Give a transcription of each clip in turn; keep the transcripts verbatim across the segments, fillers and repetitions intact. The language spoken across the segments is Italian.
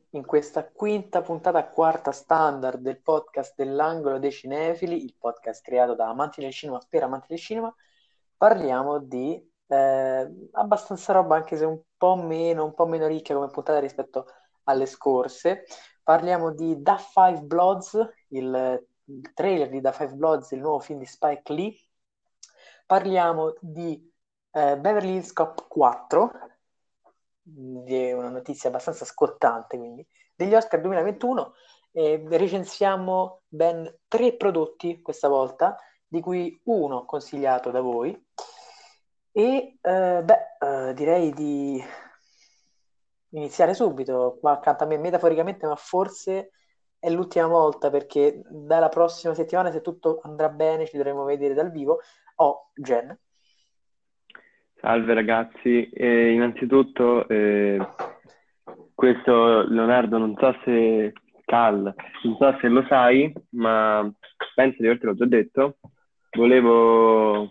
in questa quinta puntata, quarta standard del podcast dell'Angolo dei Cinefili, il podcast creato da amanti del cinema per amanti del cinema. Parliamo di eh, abbastanza roba, anche se un po' meno, un po' meno ricca come puntata rispetto alle scorse. Parliamo di Da Five Bloods, il, il trailer di Da Five Bloods, il nuovo film di Spike Lee. Parliamo di eh, Beverly Hills Cop quattro, di una notizia abbastanza scottante, quindi, degli Oscar duemilaventuno. Eh, recensiamo ben tre prodotti questa volta, di cui uno consigliato da voi. E eh, beh, eh, direi di iniziare subito qua accanto a me, metaforicamente, ma forse è l'ultima volta perché dalla prossima settimana, se tutto andrà bene, ci dovremo vedere dal vivo. Ho Jen. Salve ragazzi, Eh, innanzitutto eh, questo Leonardo non so se Cal, non so se lo sai, ma penso di avertelo già detto. Volevo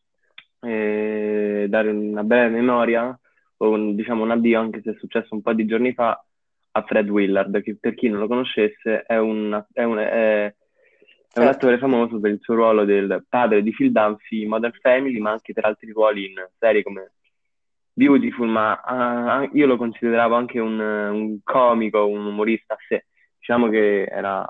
eh, dare una breve memoria o un- diciamo un addio, anche se è successo un po' di giorni fa, a Fred Willard, che per chi non lo conoscesse è un, è un, è- è un Certo. attore famoso per il suo ruolo del padre di Phil Dunphy in Modern Family, ma anche per altri ruoli in serie come Beautiful, ma ah, io lo consideravo anche un, un comico, un umorista a sé. Diciamo che era,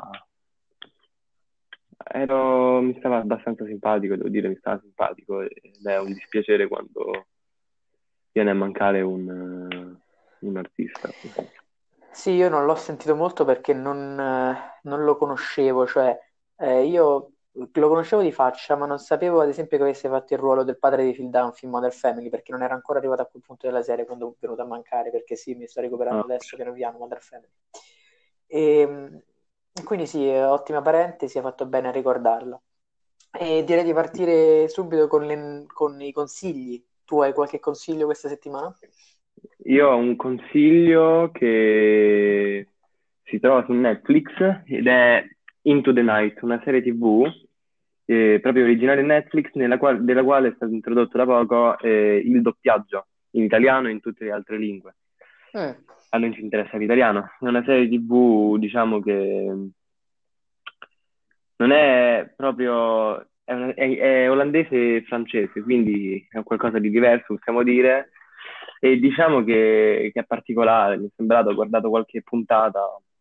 ero, mi stava abbastanza simpatico, devo dire, mi stava simpatico ed è un dispiacere quando viene a mancare un, eh, un artista. Sì, io non l'ho sentito molto perché non, eh, non lo conoscevo, cioè eh, io lo conoscevo di faccia, ma non sapevo ad esempio che avesse fatto il ruolo del padre di Phil Dunphy in Modern Family, perché non era ancora arrivato a quel punto della serie quando è venuto a mancare, perché sì, mi sto recuperando Ah, adesso piano piano Modern Family. E, quindi sì, eh, ottima parentesi, hai fatto bene a ricordarla. E direi di partire subito con, le- con i consigli. Tu hai qualche consiglio questa settimana? io ho un consiglio che si trova su Netflix ed è Into the Night, una serie T V eh, proprio originale Netflix nella qual- della quale è stato introdotto da poco eh, il doppiaggio in italiano e in tutte le altre lingue. Mm. A noi ci interessa l'italiano. È una serie T V, diciamo che non è proprio, è, una- è- è olandese e francese, quindi è qualcosa di diverso, possiamo dire. E diciamo che, che è particolare, mi è sembrato, ho guardato qualche puntata,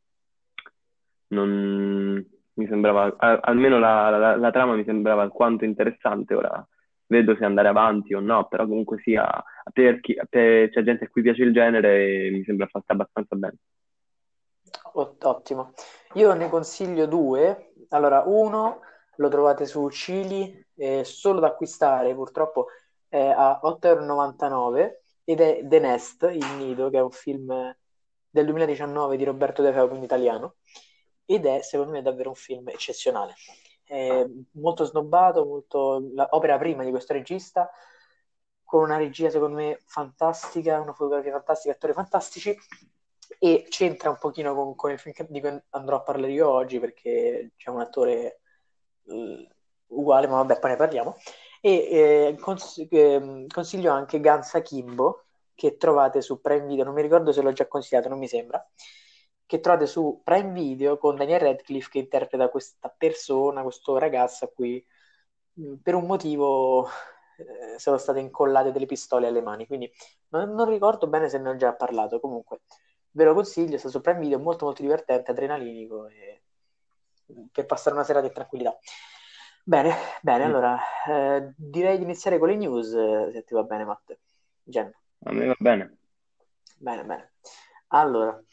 non mi sembrava, a- almeno la, la- la trama mi sembrava alquanto interessante. Ora vedo se andare avanti o no, però comunque sia, per chi, per- c'è gente a cui piace il genere e mi sembra fatta abbastanza bene. Ot- Ottimo. Io ne consiglio due. Allora, uno lo trovate su Cili, eh, solo da acquistare, purtroppo è a otto e novantanove euro ed è The Nest, Il Nido, che è un film del duemiladiciannove di Roberto De Feo, quindi italiano, ed è secondo me davvero un film eccezionale. È molto snobbato, molto l'opera prima di questo regista, con una regia secondo me fantastica, una fotografia fantastica, attori fantastici, e c'entra un pochino con, con il film di cui andrò a parlare io oggi perché c'è un attore eh, uguale, ma vabbè, poi ne parliamo. E eh, cons- ehm, consiglio anche Guns Akimbo, che trovate su Prime Video, non mi ricordo se l'ho già consigliato, non mi sembra, che trovate su Prime Video con Daniel Radcliffe che interpreta questa persona, questo ragazzo a cui mh, per un motivo eh, sono state incollate delle pistole alle mani, quindi non, non ricordo bene se ne ho già parlato, comunque ve lo consiglio, sta su Prime Video, molto molto divertente, adrenalinico e per passare una serata in tranquillità. Bene, bene, Mm. allora eh, direi di iniziare con le news, eh, se ti va bene, Matt. Gen. A me va bene. Bene, bene. Allora,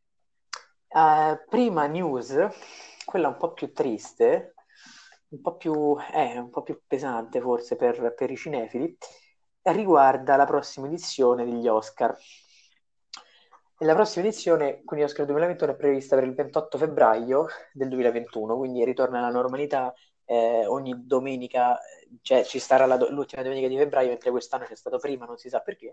eh, prima news, quella un po' più triste, un po' più, eh, un po' più pesante forse per, per i cinefili, riguarda la prossima edizione degli Oscar. E la prossima edizione, quindi Oscar duemilaventuno, è prevista per il ventotto febbraio del duemilaventuno, quindi ritorna alla normalità, eh, ogni domenica, eh, cioè ci sarà la do- l'ultima domenica di febbraio, mentre quest'anno c'è stato prima, non si sa perché.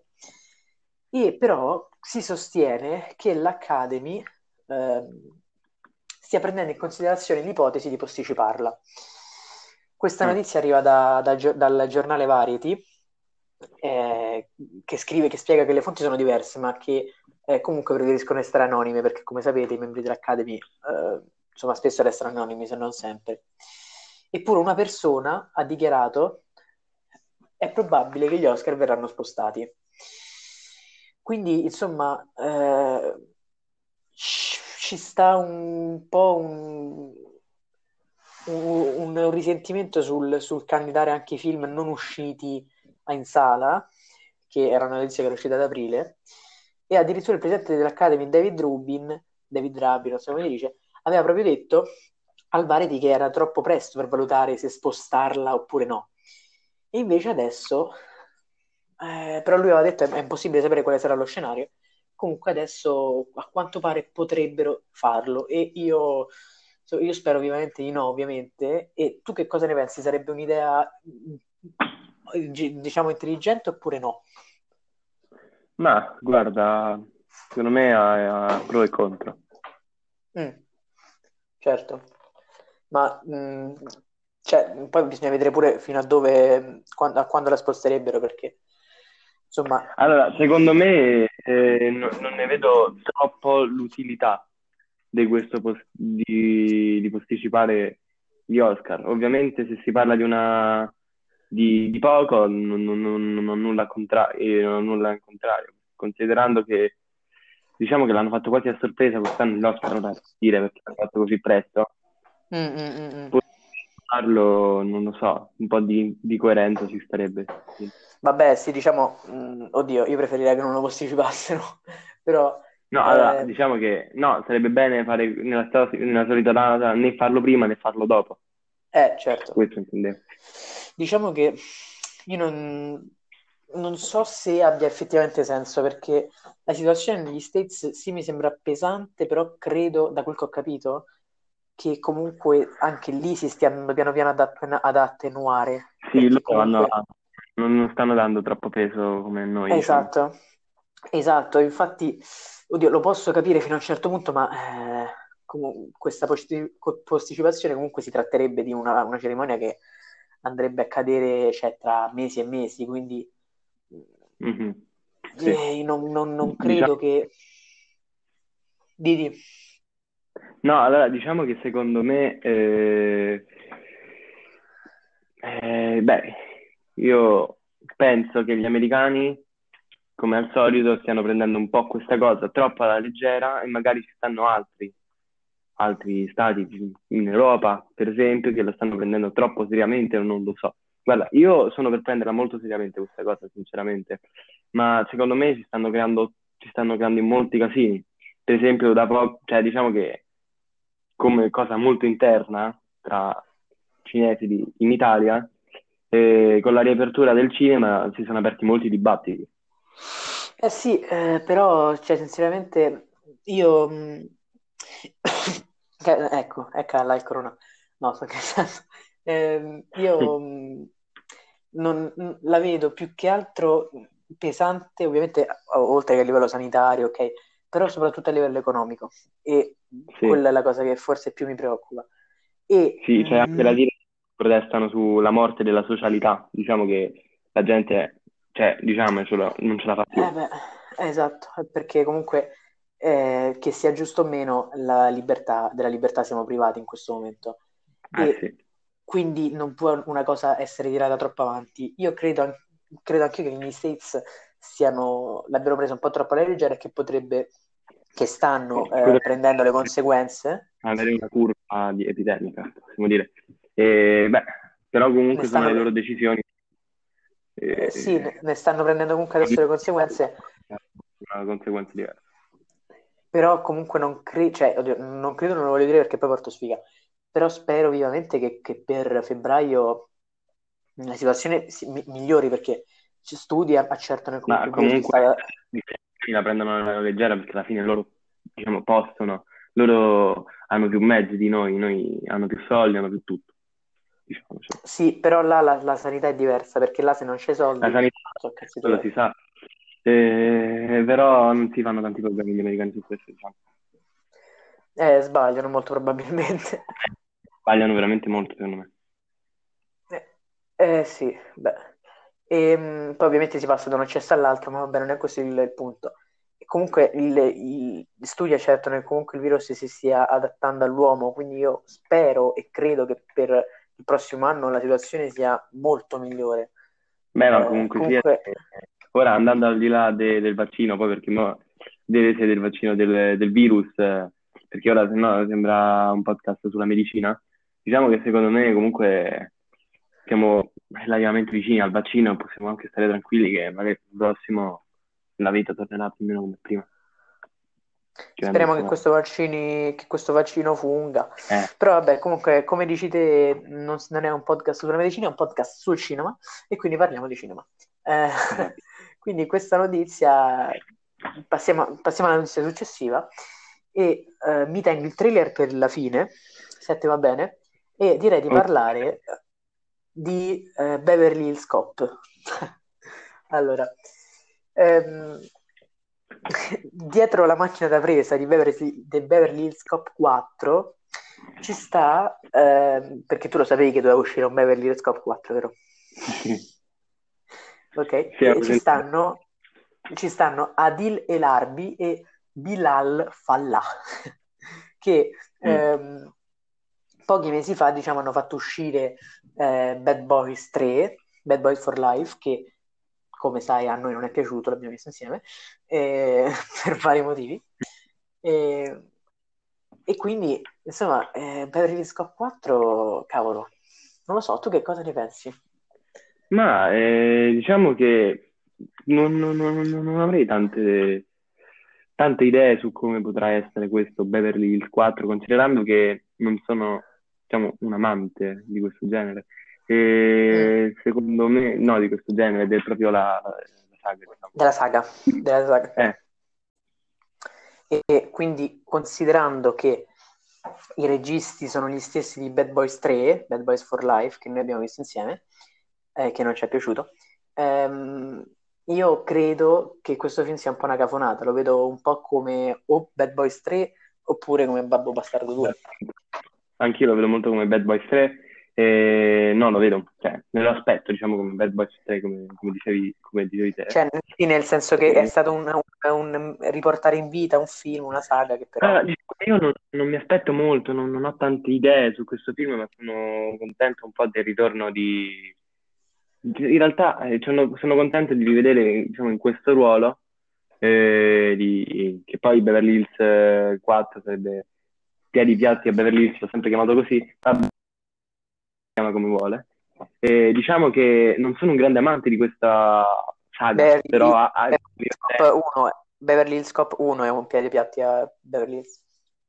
E però si sostiene che l'Academy ehm, stia prendendo in considerazione l'ipotesi di posticiparla. Questa Ah, notizia arriva da- da gio- dal giornale Variety, eh, che scrive, che spiega che le fonti sono diverse, ma che eh, comunque preferiscono restare anonime perché, come sapete, i membri dell'Academy, eh, insomma, spesso restano anonimi, se non sempre. Eppure una persona ha dichiarato: è probabile che gli Oscar verranno spostati. Quindi, insomma, eh, ci ci sta un po' un, un- un risentimento sul, sul candidare anche i film non usciti in sala, che era una notizia che era uscita ad aprile, e addirittura il presidente dell'Academy, David Rubin, David Rabin, non so come si dice, aveva proprio detto al Variety che era troppo presto per valutare se spostarla oppure no. E invece adesso, eh, però lui aveva detto è, è impossibile sapere quale sarà lo scenario. Comunque adesso a quanto pare potrebbero farlo e io, so- io spero vivamente di no, ovviamente. E tu che cosa ne pensi? Sarebbe un'idea, mm, gi- diciamo, intelligente oppure no? Ma guarda, secondo me ha, ha pro e contro. Mm, certo, ma mm, cioè, poi bisogna vedere pure fino a dove, quando, a quando la sposterebbero, perché insomma, Allora, secondo me eh, no- non ne vedo troppo l'utilità di questo pos- di, di posticipare gli Oscar. Ovviamente se si parla di una di, di poco non, non- non- non ho nulla a contrario, non ho nulla in contrario, considerando che diciamo che l'hanno fatto quasi a sorpresa quest'anno gli Oscar, non da dire perché l'hanno fatto così presto. mm, mm, mm, mm. Farlo, non lo so, un po' di, di coerenza ci starebbe. Vabbè, sì, diciamo, mh, oddio, io preferirei che non lo posticipassero, però, No, allora, eh, diciamo che no, sarebbe bene fare nella, sto- nella solita data né farlo prima né farlo dopo. eh, certo. Questo intendevo. Diciamo che io non, non so se abbia effettivamente senso, perché la situazione negli States sì mi sembra pesante, però credo, da quel che ho capito, che comunque anche lì si stia andando piano piano ad, atten- ad attenuare, Sì, perché loro vanno comunque. a- non, non stanno dando troppo peso come noi, diciamo. Esatto, esatto, infatti, oddio, lo posso capire fino a un certo punto, ma eh, comu- questa posti- co- posticipazione comunque si tratterebbe di una, una cerimonia che andrebbe a cadere, cioè, tra mesi e mesi, quindi Mhm. Sì. eh, non, non- non Diciamo, credo che. Didi. no, allora diciamo che secondo me, eh, eh, beh, io penso che gli americani, come al solito, stiano prendendo un po' questa cosa troppo alla leggera e magari ci stanno altri, altri stati in Europa, per esempio, che lo stanno prendendo troppo seriamente o non lo so. Guarda, io sono per prenderla molto seriamente questa cosa, sinceramente, ma secondo me ci stanno creando, ci stanno creando in molti casini. Per esempio, da poco, cioè diciamo che come cosa molto interna tra cinefili in Italia, eh, con la riapertura del cinema si sono aperti molti dibattiti. Eh sì, eh, però, cioè, sinceramente, io. mh, che- ecco, ecco là il corona. No, sto scherzando. Ehm, io mh, non, mh, la vedo più che altro pesante, ovviamente, o- oltre che a livello sanitario, ok, però soprattutto a livello economico. E Sì, quella è la cosa che forse più mi preoccupa. E sì, c'è anche mh, da dire che protestano sulla morte della socialità. Diciamo che la gente, cioè, diciamo, ce la- non ce la fa più. Eh beh, esatto, perché comunque eh, che sia giusto o meno, la libertà, della libertà siamo privati in questo momento Eh e sì, quindi non può una cosa essere tirata troppo avanti. Io credo, an- credo anche che gli States stiano, l'abbiano preso un po' troppo alla leggera e che potrebbe, che stanno eh, potrebbe prendendo le conseguenze, avere una curva di epidemica, possiamo dire. E, beh, però ne comunque sono stanno, le loro decisioni. eh, sì, ne, E, ne stanno prendendo comunque adesso le conseguenze. una conseguenza diversa. Però comunque non credo, cioè, oddio, non credo, non lo voglio dire perché poi porto sfiga, però spero vivamente che, che per febbraio la situazione si- mi- migliori perché ci studi a- accertano che Ma comunque il virus si comunque sta. la prendono alla leggera perché alla fine loro, diciamo, possono, loro hanno più mezzi di noi, noi hanno più soldi, hanno più tutto, diciamocelo. Sì, però là la, la sanità è diversa perché là se non c'è La soldi, sanità, so cazzi quello tuoi. si sa. Eh, però non si fanno tanti problemi gli americani su questo, diciamo. Eh, sbagliano molto probabilmente. Sbagliano veramente molto, secondo me. Eh, eh, sì, beh. E, mh, poi ovviamente si passa da un accesso all'altro, ma vabbè, non è questo il, il punto. comunque il, il- gli studi accertano che comunque il virus si stia adattando all'uomo, quindi io spero e credo che per il prossimo anno la situazione sia molto migliore. Beh, ma Eh, comunque sia, comunque, eh, ora andando al di là de- del vaccino, poi perché mo deve essere del vaccino del, del virus, eh, perché ora se no sembra un podcast sulla medicina, diciamo che secondo me comunque siamo relativamente vicini al vaccino e possiamo anche stare tranquilli che magari il prossimo la vita tornerà più o meno come prima. Cioè, speriamo che adesso, questo vaccini, che questo vaccino funga. eh, Però vabbè, comunque, come dici te, non, non è un podcast sulla medicina, è un podcast sul cinema e quindi parliamo di cinema. Eh, esatto. quindi questa notizia, passiamo, passiamo alla notizia successiva e eh, mi tengo il trailer per la fine, se te va bene, e direi di Ok. parlare di eh, Beverly Hills Cop. Allora, ehm, dietro la macchina da presa di Beverly, di Beverly Hills Cop quattro ci sta, ehm, perché tu lo sapevi che doveva uscire un Beverly Hills Cop quattro, vero? Sì, Ok, sì, e avevo ci sentito. stanno, ci stanno Adil El Arbi e Bilal Fallah, che Mm. ehm, pochi mesi fa, diciamo, hanno fatto uscire eh, Bad Boys tre, Bad Boys for Life, che come sai a noi non è piaciuto, l'abbiamo visto insieme, eh, per vari motivi. E, e quindi, insomma, eh, Beverly Hills Cop quattro, cavolo, non lo so, tu che cosa ne pensi? Ma eh, diciamo che non, non- non- non- non avrei tante, tante idee su come potrà essere questo Beverly Hills quattro, considerando che non sono, diciamo, un amante di questo genere. Mm, E secondo me, no, di questo genere, ed è proprio la, la saga, diciamo. della saga, della saga. Eh, E quindi considerando che i registi sono gli stessi di Bad Boys tre, Bad Boys for Life, che noi abbiamo visto insieme, eh, che non ci è piaciuto, ehm, io credo che questo film sia un po' una cafonata, lo vedo un po' come o Bad Boys tre oppure come Babbo Bastardo due. anch'io lo vedo molto come Bad Boys tre, e no, lo vedo, cioè, me lo aspetto, diciamo, come Bad Boys tre, come, come dicevi, come dicevi te. Cioè, sì, nel senso che è E- stato un, un- un riportare in vita un film, una saga che però... Allora, diciamo che io non, non mi aspetto molto, non, non ho tante idee su questo film, ma sono contento un po' del ritorno di... In realtà eh, sono, sono contento di rivedere, diciamo, in questo ruolo, eh, di- che poi Beverly Hills eh, quattro sarebbe Piedi Piatti a Beverly Hills, l'ho sempre chiamato così, vabbè, si chiama come vuole. E diciamo che non sono un grande amante di questa saga, Beverly, però ha, ha il Beverly Hills Cop uno, Beverly Hills Cop uno è un piede piatti a Beverly Hills.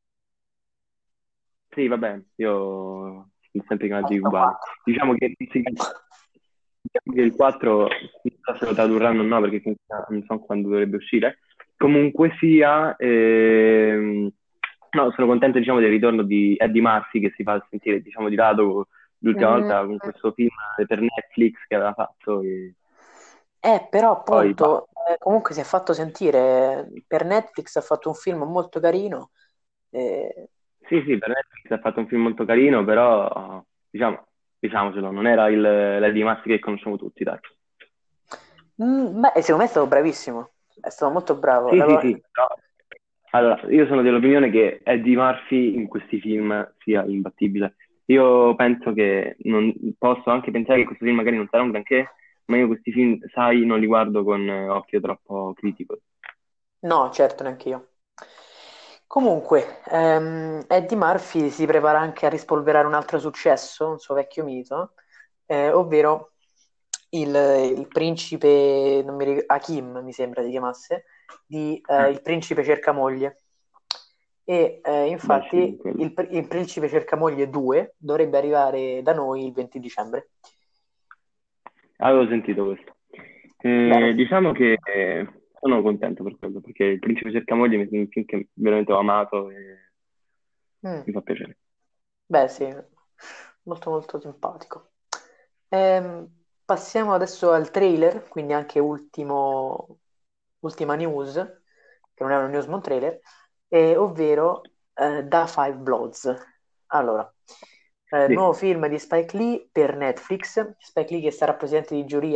sì, vabbè, io ho sempre chiamati Questo uguali. quattro. Diciamo che, sì, diciamo che il quattro, non so se lo tradurranno o no, perché comunque non so quando dovrebbe uscire. Comunque sia, ehm, no, sono contento, diciamo, del ritorno di Eddie Murphy che si fa sentire, diciamo, di lato l'ultima Mm, volta con questo film per Netflix che aveva fatto. E eh, però poi, bah, appunto, eh, comunque si è fatto sentire, per Netflix ha fatto un film molto carino. eh, sì, sì, per Netflix ha fatto un film molto carino, però, diciamo, diciamocelo, non era il, l'Eddie Murphy che conosciamo tutti, dai. mm, beh, secondo me è stato bravissimo, è stato molto bravo. Sì, La sì, co- sì. No. Allora, io sono dell'opinione che Eddie Murphy in questi film sia imbattibile. Io penso che non posso anche pensare che questo film magari non sarà un granché, ma io questi film, sai, non li guardo con eh, occhio troppo critico. No, certo, neanche io. Comunque, ehm, Eddie Murphy si prepara anche a rispolverare un altro successo, un suo vecchio mito, eh, ovvero il, il principe, non mi ric- Hakim mi sembra si chiamasse, di eh, Mm. Il principe cerca moglie. E eh, Beh, sì, infatti quello. il, pr- il principe cerca moglie due dovrebbe arrivare da noi il venti dicembre. Avevo sentito questo. Bene. Eh, diciamo che eh, sono contento per quello, perché Il Principe cerca moglie mi è un film che veramente ho amato e Mm. mi fa piacere. Beh, sì, molto molto simpatico. Ehm, passiamo adesso al trailer, quindi anche ultimo, ultima news, che non è una news ma un trailer, eh, ovvero eh, Da Five Bloods. Allora, eh, Sì, nuovo film di Spike Lee per Netflix, Spike Lee che sarà presidente di giuria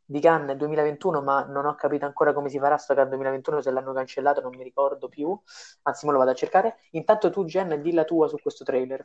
di Cannes duemilaventuno, ma non ho capito ancora come si farà sto Cannes duemilaventuno, se l'hanno cancellato non mi ricordo più, anzi me lo vado a cercare. Intanto tu, Jen, di la tua su questo trailer.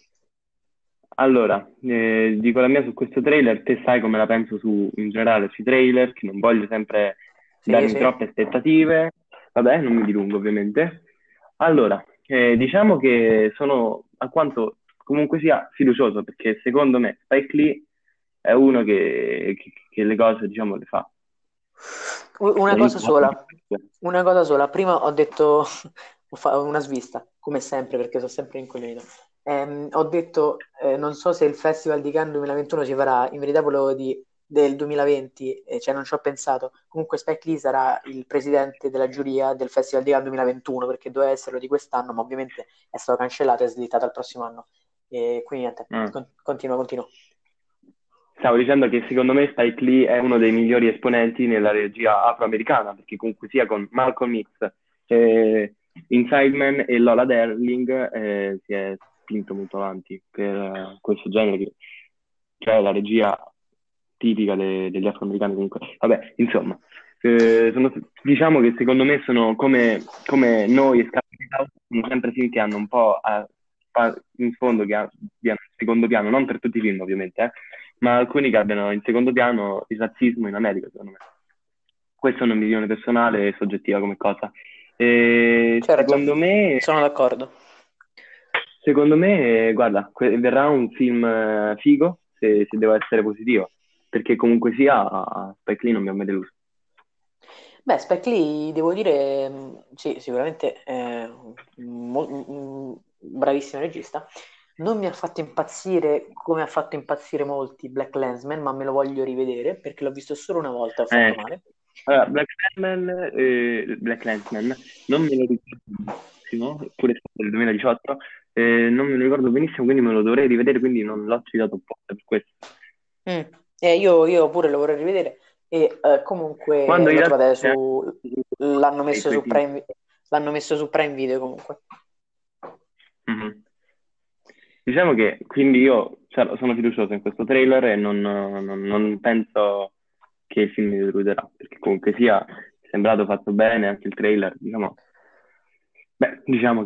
Allora, eh, dico la mia su questo trailer, te sai come la penso su, in generale sui trailer, che non voglio sempre Sì, darmi sì. troppe aspettative, vabbè, non mi dilungo ovviamente. Allora, eh, diciamo che sono alquanto comunque sia fiducioso, perché secondo me Spike Lee è uno che, che- che le cose, diciamo, le fa. U- Una Le cosa impara. sola, una cosa sola. Prima ho detto, ho fa- una svista, come sempre, perché sono sempre incoglionito. Ehm, ho detto, eh, non so se il Festival di Cannes duemilaventuno si farà, in verità volevo di, del duemilaventi, eh, cioè non ci ho pensato. Comunque Spike Lee sarà il presidente della giuria del Festival di Cannes duemilaventuno, perché doveva esserlo di quest'anno, ma ovviamente è stato cancellato e slittato al prossimo anno. E quindi niente, Ah. con- continua, continua. Stavo dicendo che secondo me Spike Lee è uno dei migliori esponenti nella regia afroamericana, perché comunque sia con Malcolm X, eh, Inside Man e Lola Darling eh, si è spinto molto avanti per eh, questo genere, che cioè la regia tipica de- degli afroamericani comunque. Vabbè, insomma, eh, sono- diciamo che secondo me sono come, come noi e Scarlett House, sono sempre film che hanno un po' a- a- in fondo che abbiano in secondo piano, non per tutti i film ovviamente, eh, ma alcuni che abbiano in secondo piano il razzismo in America, secondo me. Questa è un'opinione personale e soggettiva come cosa. E Certo, secondo me, sono d'accordo. secondo me, eh, guarda, que- verrà un film eh, figo se, se devo essere positivo, perché comunque sia Spike Lee non mi ha mai deluso. Beh, Spike Lee, devo dire, mh, sì, sicuramente è un mo- un bravissimo regista. Non mi ha fatto impazzire come ha fatto impazzire molti Black Klansman, ma me lo voglio rivedere perché l'ho visto solo una volta e ho fatto Eh, male. allora, Black Clansman, eh, Black Clansman, non me lo ricordo benissimo, pure se è del duemiladiciotto, eh, non me lo ricordo benissimo, quindi me lo dovrei rivedere, quindi non l'ho citato apposta per questo. Mm. Eh, io, io pure lo vorrei rivedere e eh, comunque Quando in lo realtà trovate c'è su... l'hanno anche i messo suoi su film. Prime, l'hanno messo su Prime Video comunque. Mhm. Diciamo che quindi io cioè, sono fiducioso in questo trailer e non, non- non penso che il film mi deluderà, perché comunque sia è sembrato fatto bene anche il trailer, diciamo, beh, diciamo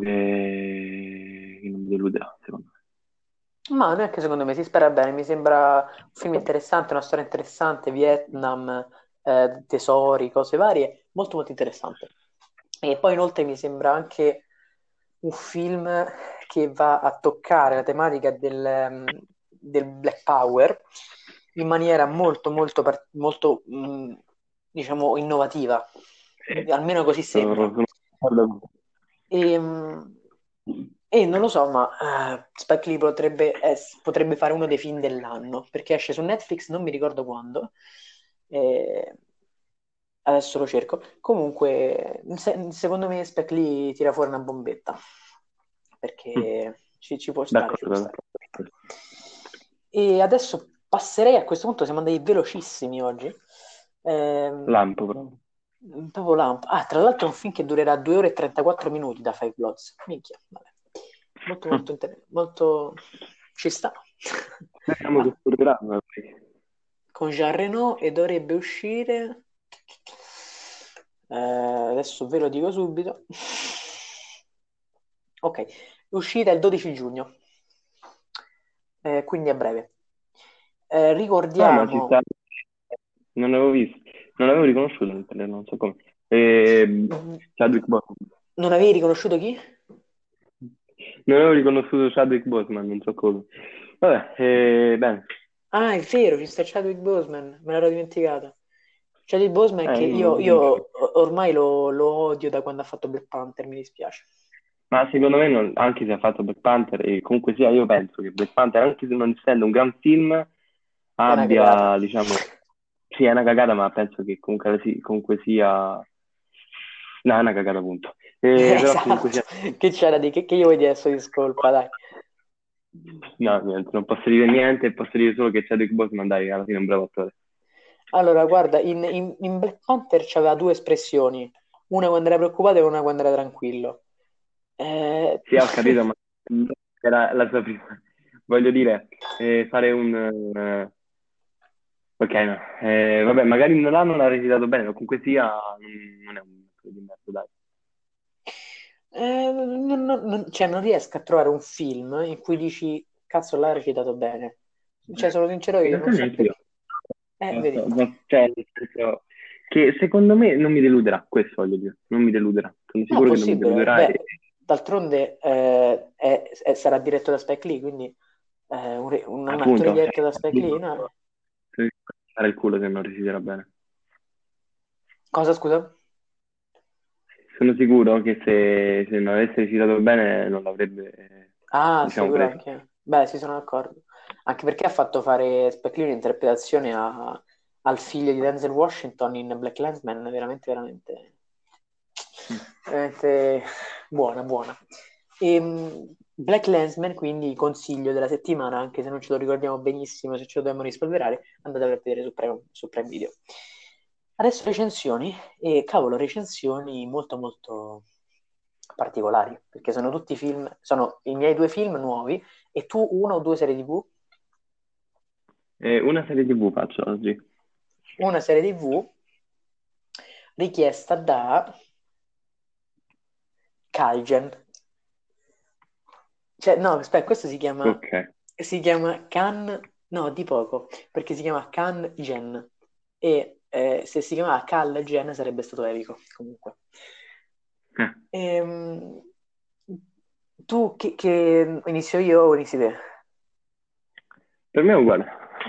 che non mi deluderà, secondo me. Ma neanche secondo me, si spera bene, mi sembra un film interessante, una storia interessante, Vietnam, eh, tesori, cose varie, molto molto interessante. E poi inoltre mi sembra anche un film che va a toccare la tematica del, ehm, del Black Power in maniera molto molto, par- molto mh, diciamo innovativa, Sì, almeno così sono, sembra. sono d'accordo con te. E, mh, e non lo so, ma eh, Spike Lee potrebbe, ess- potrebbe fare uno dei film dell'anno, perché esce su Netflix, non mi ricordo quando. Eh, adesso lo cerco. Comunque, se- secondo me Spike Lee tira fuori una bombetta, Mm, perché ci, ci può stare, ci può d'accordo, stare. d'accordo. E adesso passerei a questo punto, siamo andati velocissimi oggi. Ehm, Lampo proprio. Proprio Lamp. Ah, tra l'altro è un film che durerà due ore e trentaquattro minuti da Five Bloods. Minchia, vabbè. Molto, molto, inter- molto... ci sta. Speriamo che Ah, supereranno. con Jean Reno e dovrebbe uscire... Eh, adesso ve lo dico subito. Ok, uscita il dodici giugno, eh, quindi a breve. Eh, Ah, ma ci sta. ricordiamo... Non l'avevo visto. Non l'avevo riconosciuto nel trailer, non so come. E... mm, Chadwick Boseman. Non avevi riconosciuto chi? Non avevo riconosciuto Chadwick Boseman, non so come. Vabbè, eh, bene. Ah, è vero, ci sta Chadwick Boseman, me l'ero dimenticato. Chadwick Boseman che Eh, io non io, lo io conosco. o- ormai lo, lo odio da quando ha fatto Black Panther, mi dispiace. Ma secondo me, non- anche se ha fatto Black Panther, e comunque sia, io penso che Black Panther, anche se non essendo un gran film, È una cagata. abbia, diciamo, sì, è una cagata, ma penso che comunque, si- comunque sia... No, è una cagata, appunto. Eh, però comunque Esatto, sia... che c'era di che, che io vuoi di adesso discolpa, dai. No, niente, non posso dire niente, posso dire solo che Chadwick Boseman, dai, alla fine è un bravo attore. Allora, guarda, in, in- in Black Panther c'aveva due espressioni, una quando era preoccupato e una quando era tranquillo. Eh, Sì, ho capito, ma era la sua prima. Voglio dire, eh, fare un, eh, Ok, no. Eh, vabbè, magari non l'hanno l'ha recitato bene, ma comunque sia, non, non è un attore di merda, dai. Eh, non, non- non- cioè, non riesco a trovare un film in cui dici, cazzo, l'ha recitato bene. Cioè, sono sincero, In io realtà non so neanche io. perché. Eh, Non vedi. so, ma- cioè, nel senso che secondo me non mi deluderà, questo voglio dire, non mi deluderà. Sono No, sicuro che non mi possibile. deluderà e Beh, d'altronde eh, è- è- sarà diretto da Spike Lee, quindi eh, un, re- un- un attore appunto, cioè, diretto da Spike Lee, no? fare il culo se non reciterà bene. Cosa, scusa? Sono sicuro che se, se non avesse recitato bene non l'avrebbe, eh, Ah, diciamo, sicuro preso. anche. Beh, sì, sono d'accordo. Anche perché ha fatto fare Spike Lee un'interpretazione a- al figlio di Denzel Washington in Black Klansman, veramente, veramente, Mm. veramente buona, buona. E, Black Klansman, quindi consiglio della settimana, anche se non ce lo ricordiamo benissimo, se ce lo dobbiamo rispolverare, andate a vedere su Prime, su Prime Video. Adesso recensioni, e cavolo, recensioni molto molto particolari, perché sono tutti film, sono i miei due film nuovi, e tu una o due serie T V? Eh, una serie T V faccio oggi. Una serie T V richiesta da Calgen. Cioè, no, aspetta, questo si chiama, Ok. si chiama Can, no, di poco, perché si chiama Can Gen. E eh, se si chiamava Cal Gen sarebbe stato epico, comunque. Eh, Ehm, tu che, che inizio io o inizi te? per me è uguale.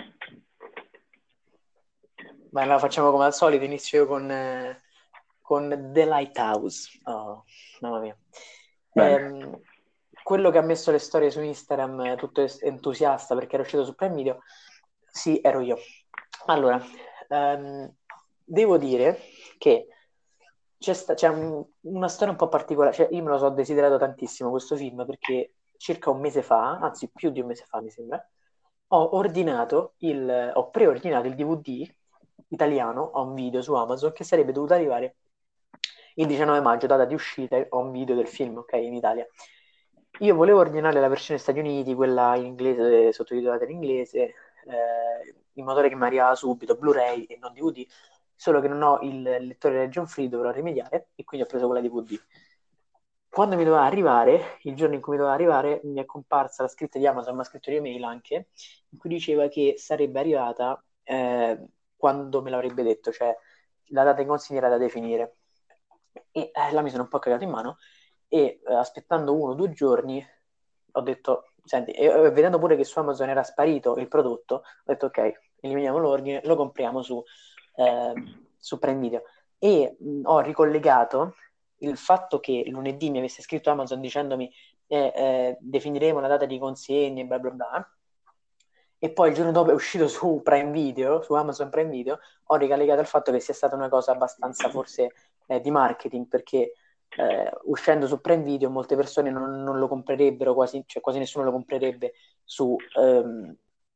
Ma la facciamo come al solito, inizio io con, eh, con The Lighthouse. Oh, mamma mia. Bene. Ehm, quello che ha messo le storie su Instagram, eh, tutto es- entusiasta perché era uscito su Prime Video, sì, ero io. Allora, ehm, devo dire che c'è, sta- c'è un- una storia un po' particolare, cioè io me lo so desiderato tantissimo questo film perché circa un mese fa, anzi più di un mese fa mi sembra, ho ordinato il, ho preordinato il D V D italiano, ho un video su Amazon che sarebbe dovuto arrivare il diciannove maggio, data di uscita, ho un video del film, ok, in Italia. Io volevo ordinare la versione Stati Uniti, quella in inglese, sottotitolata in inglese, eh, in modo tale che mi arrivava subito, Blu-ray e non D V D, solo che non ho il lettore Region Free, dovrò rimediare e quindi ho preso quella D V D. Quando mi doveva arrivare, il giorno in cui mi doveva arrivare, mi è comparsa la scritta di Amazon, ma ha scritto di email anche, in cui diceva che sarebbe arrivata eh, quando me l'avrebbe detto, cioè la data in consegna era da definire. E eh, là mi sono un po' cagato in mano e eh, aspettando uno o due giorni ho detto, senti, e, e vedendo pure che su Amazon era sparito il prodotto, ho detto ok, eliminiamo l'ordine, lo compriamo su, eh, su Prime Video. E mh, ho ricollegato il fatto che lunedì mi avesse scritto Amazon dicendomi eh, eh, definiremo la data di consegna e bla bla bla, e poi il giorno dopo è uscito su Prime Video, su Amazon Prime Video, ho ricollegato il fatto che sia stata una cosa abbastanza forse eh, di marketing, perché eh, uscendo su Prime Video molte persone non, non lo comprerebbero, quasi, cioè quasi nessuno lo comprerebbe su, ehm,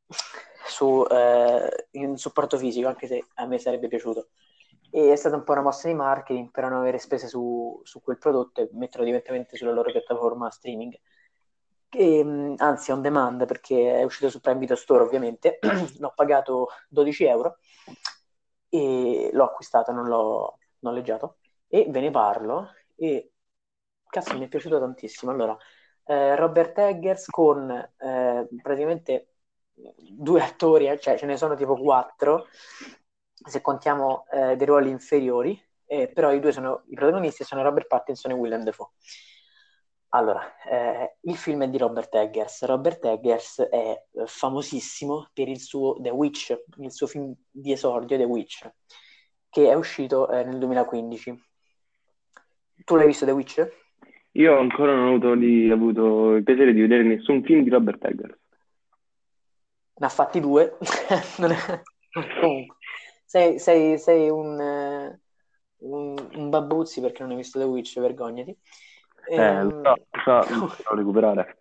su eh, in supporto fisico, anche se a me sarebbe piaciuto. E è stata un po' una mossa di marketing per non avere spese su, su quel prodotto e metterlo direttamente sulla loro piattaforma streaming. E, mh, anzi, on demand perché è uscito su Prime Video Store, ovviamente. L'ho pagato dodici euro e l'ho acquistato, non l'ho noleggiato. E ve ne parlo. E cazzo, mi è piaciuto tantissimo. Allora, eh, Robert Eggers con eh, praticamente due attori, eh, cioè ce ne sono tipo quattro, se contiamo eh, dei ruoli inferiori, eh, però i due sono i protagonisti sono Robert Pattinson e Willem Dafoe. Allora, eh, il film è di Robert Eggers. Robert Eggers è eh, famosissimo per il suo The Witch, il suo film di esordio The Witch, che è uscito eh, nel duemilaquindici. Tu l'hai visto The Witch? Io ancora non ho avuto, di- avuto il piacere di vedere nessun film di Robert Eggers. Ne ha fatti due. Non è- Comunque, sei, sei- sei un, eh, un, un babbuzzi perché non hai visto The Witch, vergognati. Eh, lo so, Ehm, lo so, lo devo recuperare.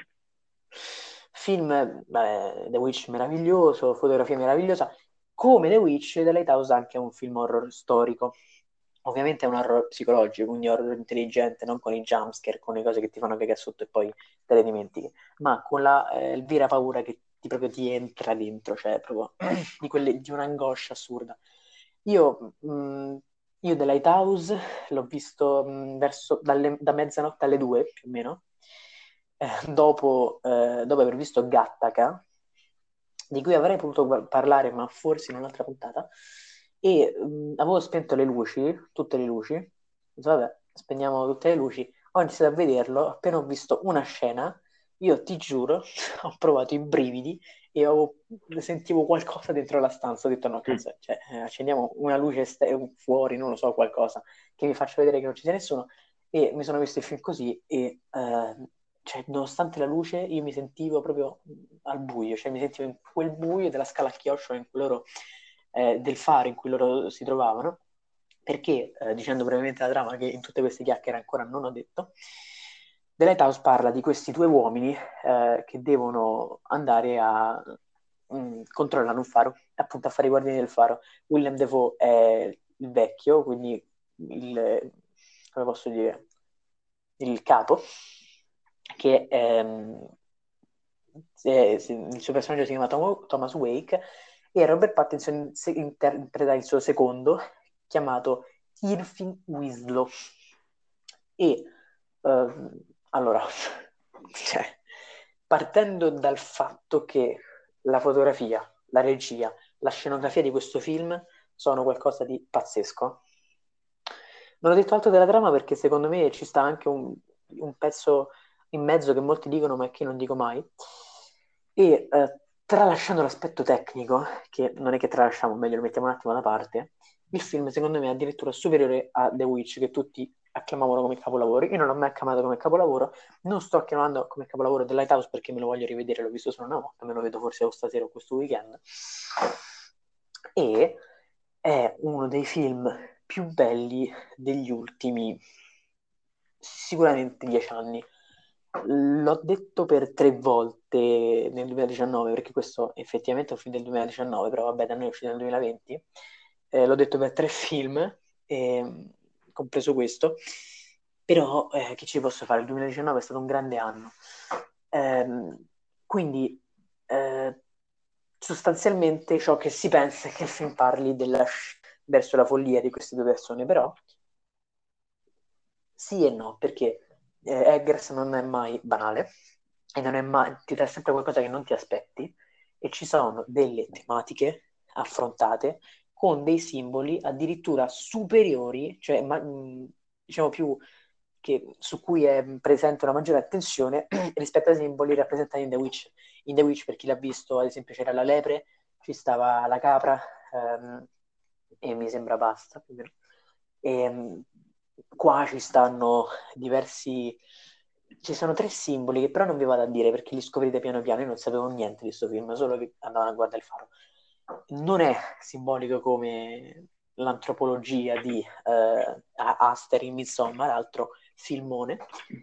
Film, beh, The Witch meraviglioso, fotografia meravigliosa. Come The Witch, The Lighthouse anche è un film horror storico. Ovviamente è un horror psicologico, quindi horror intelligente, non con i jumpscare, con le cose che ti fanno cagare sotto e poi te le dimentichi, ma con la eh, vera paura che ti proprio ti entra dentro, cioè proprio di, quelle, di un'angoscia assurda. Io, mh, io The Lighthouse l'ho visto mh, verso dalle- da mezzanotte alle due, più o meno, eh, dopo, eh, dopo aver visto Gattaca, di cui avrei potuto gu- parlare, ma forse in un'altra puntata, e mh, avevo spento le luci, tutte le luci, ho detto, vabbè, spegniamo tutte le luci, ho iniziato a vederlo, appena ho visto una scena, io ti giuro, ho provato i brividi e ho- sentivo qualcosa dentro la stanza, ho detto no, Mm. cazzo, cioè, eh, accendiamo una luce est- fuori, non lo so, qualcosa, che mi faccia vedere che non ci sia nessuno, e mi sono visto il film così, e eh, cioè, nonostante la luce, io mi sentivo proprio al buio, cioè mi sentivo in quel buio della scala a chiocciola in cui loro, eh, del faro in cui loro si trovavano, perché, eh, dicendo brevemente la trama, che in tutte queste chiacchiere ancora non ho detto, The Lighthouse parla di questi due uomini eh, che devono andare a mh, controllare un faro, appunto a fare i guardiani del faro. Willem Dafoe è il vecchio, quindi il, come posso dire, il capo, che ehm, se- se- il suo personaggio si chiama Tom- Thomas Wake, e Robert Pattinson se- interpreta il suo secondo, chiamato Irving Winslow. E ehm, allora, cioè, partendo dal fatto che la fotografia, la regia, la scenografia di questo film sono qualcosa di pazzesco. Non ho detto altro della trama perché secondo me ci sta anche un, un pezzo in mezzo che molti dicono ma che non dico mai. E eh, tralasciando l'aspetto tecnico, che non è che tralasciamo, meglio lo mettiamo un attimo da parte, il film secondo me è addirittura superiore a The Witch, che tutti acclamavano come capolavoro. Io non l'ho mai acclamato come capolavoro, non sto acclamando come capolavoro The Lighthouse perché me lo voglio rivedere, l'ho visto solo una volta, me lo vedo forse o stasera o questo weekend. E è uno dei film più belli degli ultimi sicuramente dieci anni. L'ho detto per tre volte nel duemiladiciannove, perché questo effettivamente è un film del duemiladiciannove, però vabbè, da noi è uscito nel duemilaventi. Eh, l'ho detto per tre film, ehm, compreso questo, però eh, che ci posso fare? Il duemiladiciannove è stato un grande anno. Ehm, quindi eh, sostanzialmente ciò che si pensa è che il film parli della, verso la follia di queste due persone, però sì e no, perché eh, Eggers non è mai banale e non è mai, ti dà sempre qualcosa che non ti aspetti, e ci sono delle tematiche affrontate con dei simboli addirittura superiori, cioè ma- mh, diciamo più che, su cui è presente una maggiore attenzione rispetto ai simboli rappresentati in The Witch. In The Witch, per chi l'ha visto, ad esempio c'era la lepre, ci stava la capra, ehm, e mi sembra basta, più o meno. E, qua ci stanno diversi, ci sono tre simboli che però non vi vado a dire perché li scoprite piano piano. Io non sapevo niente di questo film, solo che andavano a guardare il faro. Non è simbolico come l'antropologia di eh, Aster in Midsommar, l'altro filmone.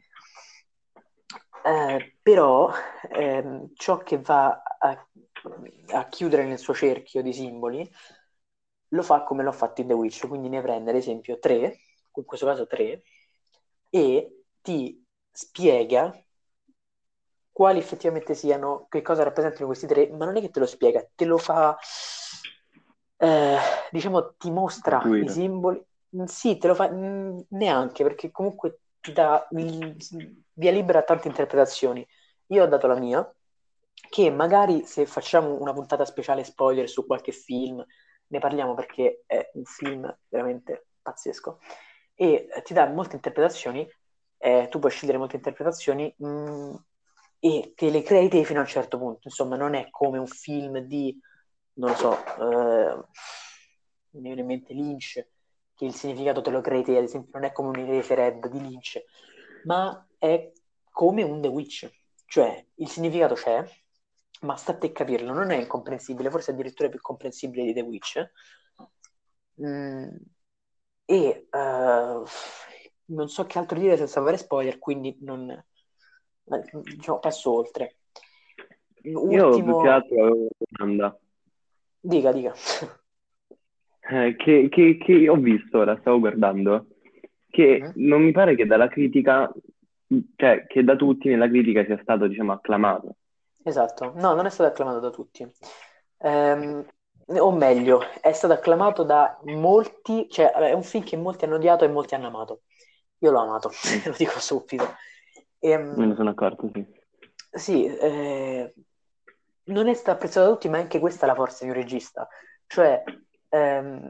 Eh, però ehm, ciò che va a, a chiudere nel suo cerchio di simboli lo fa come l'ho fatto in The Witch, quindi ne prende ad esempio tre, in questo caso tre, e ti spiega quali effettivamente siano, che cosa rappresentano questi tre, ma non è che te lo spiega, te lo fa, eh, diciamo, ti mostra i Intuire. simboli. Mm, sì, te lo fa, mm, neanche, perché comunque ti dà il- via libera a tante interpretazioni. Io ho dato la mia, che magari se facciamo una puntata speciale spoiler su qualche film, ne parliamo perché è un film veramente pazzesco e eh, ti dà molte interpretazioni, eh, tu puoi scegliere molte interpretazioni, mh, e te le crei te fino a un certo punto. Insomma, non è come un film di, non lo so, eh, mi viene in mente Lynch, che il significato te lo crei te, ad esempio, non è come un Eraserhead di Lynch, ma è come un The Witch, cioè il significato c'è, ma sta a te capirlo, non è incomprensibile, forse addirittura è più comprensibile di The Witch. Mm, e eh, non so che altro dire senza fare spoiler, quindi non, diciamo, passo oltre. Io più che Ultimo, altro avevo una domanda. dica, dica. Eh, che, che- che ho visto ora, stavo guardando, che Mhm. non mi pare che dalla critica, cioè che da tutti nella critica sia stato, diciamo, acclamato. esatto. No, non è stato acclamato da tutti. Ehm, o meglio, è stato acclamato da molti, cioè è un film che molti hanno odiato e molti hanno amato. Io l'ho amato, Mm, lo dico subito. me ne Ehm, sono accorto, sì. sì, eh, non è stato apprezzato da tutti, ma anche questa è la forza di un regista, cioè ehm,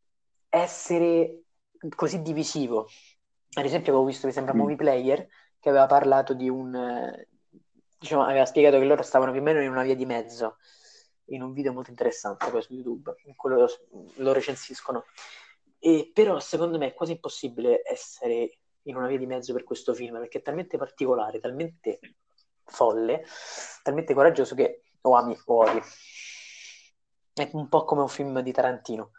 essere così divisivo. Ad esempio, avevo visto, mi sembra, Mm. Movie Player, che aveva parlato di un, eh, diciamo, aveva spiegato che loro stavano più o meno in una via di mezzo, in un video molto interessante poi su YouTube, in cui lo, lo recensiscono. E però secondo me è quasi impossibile essere in una via di mezzo per questo film, perché è talmente particolare, talmente folle, talmente coraggioso che o ami o odi. È un po' come un film di Tarantino.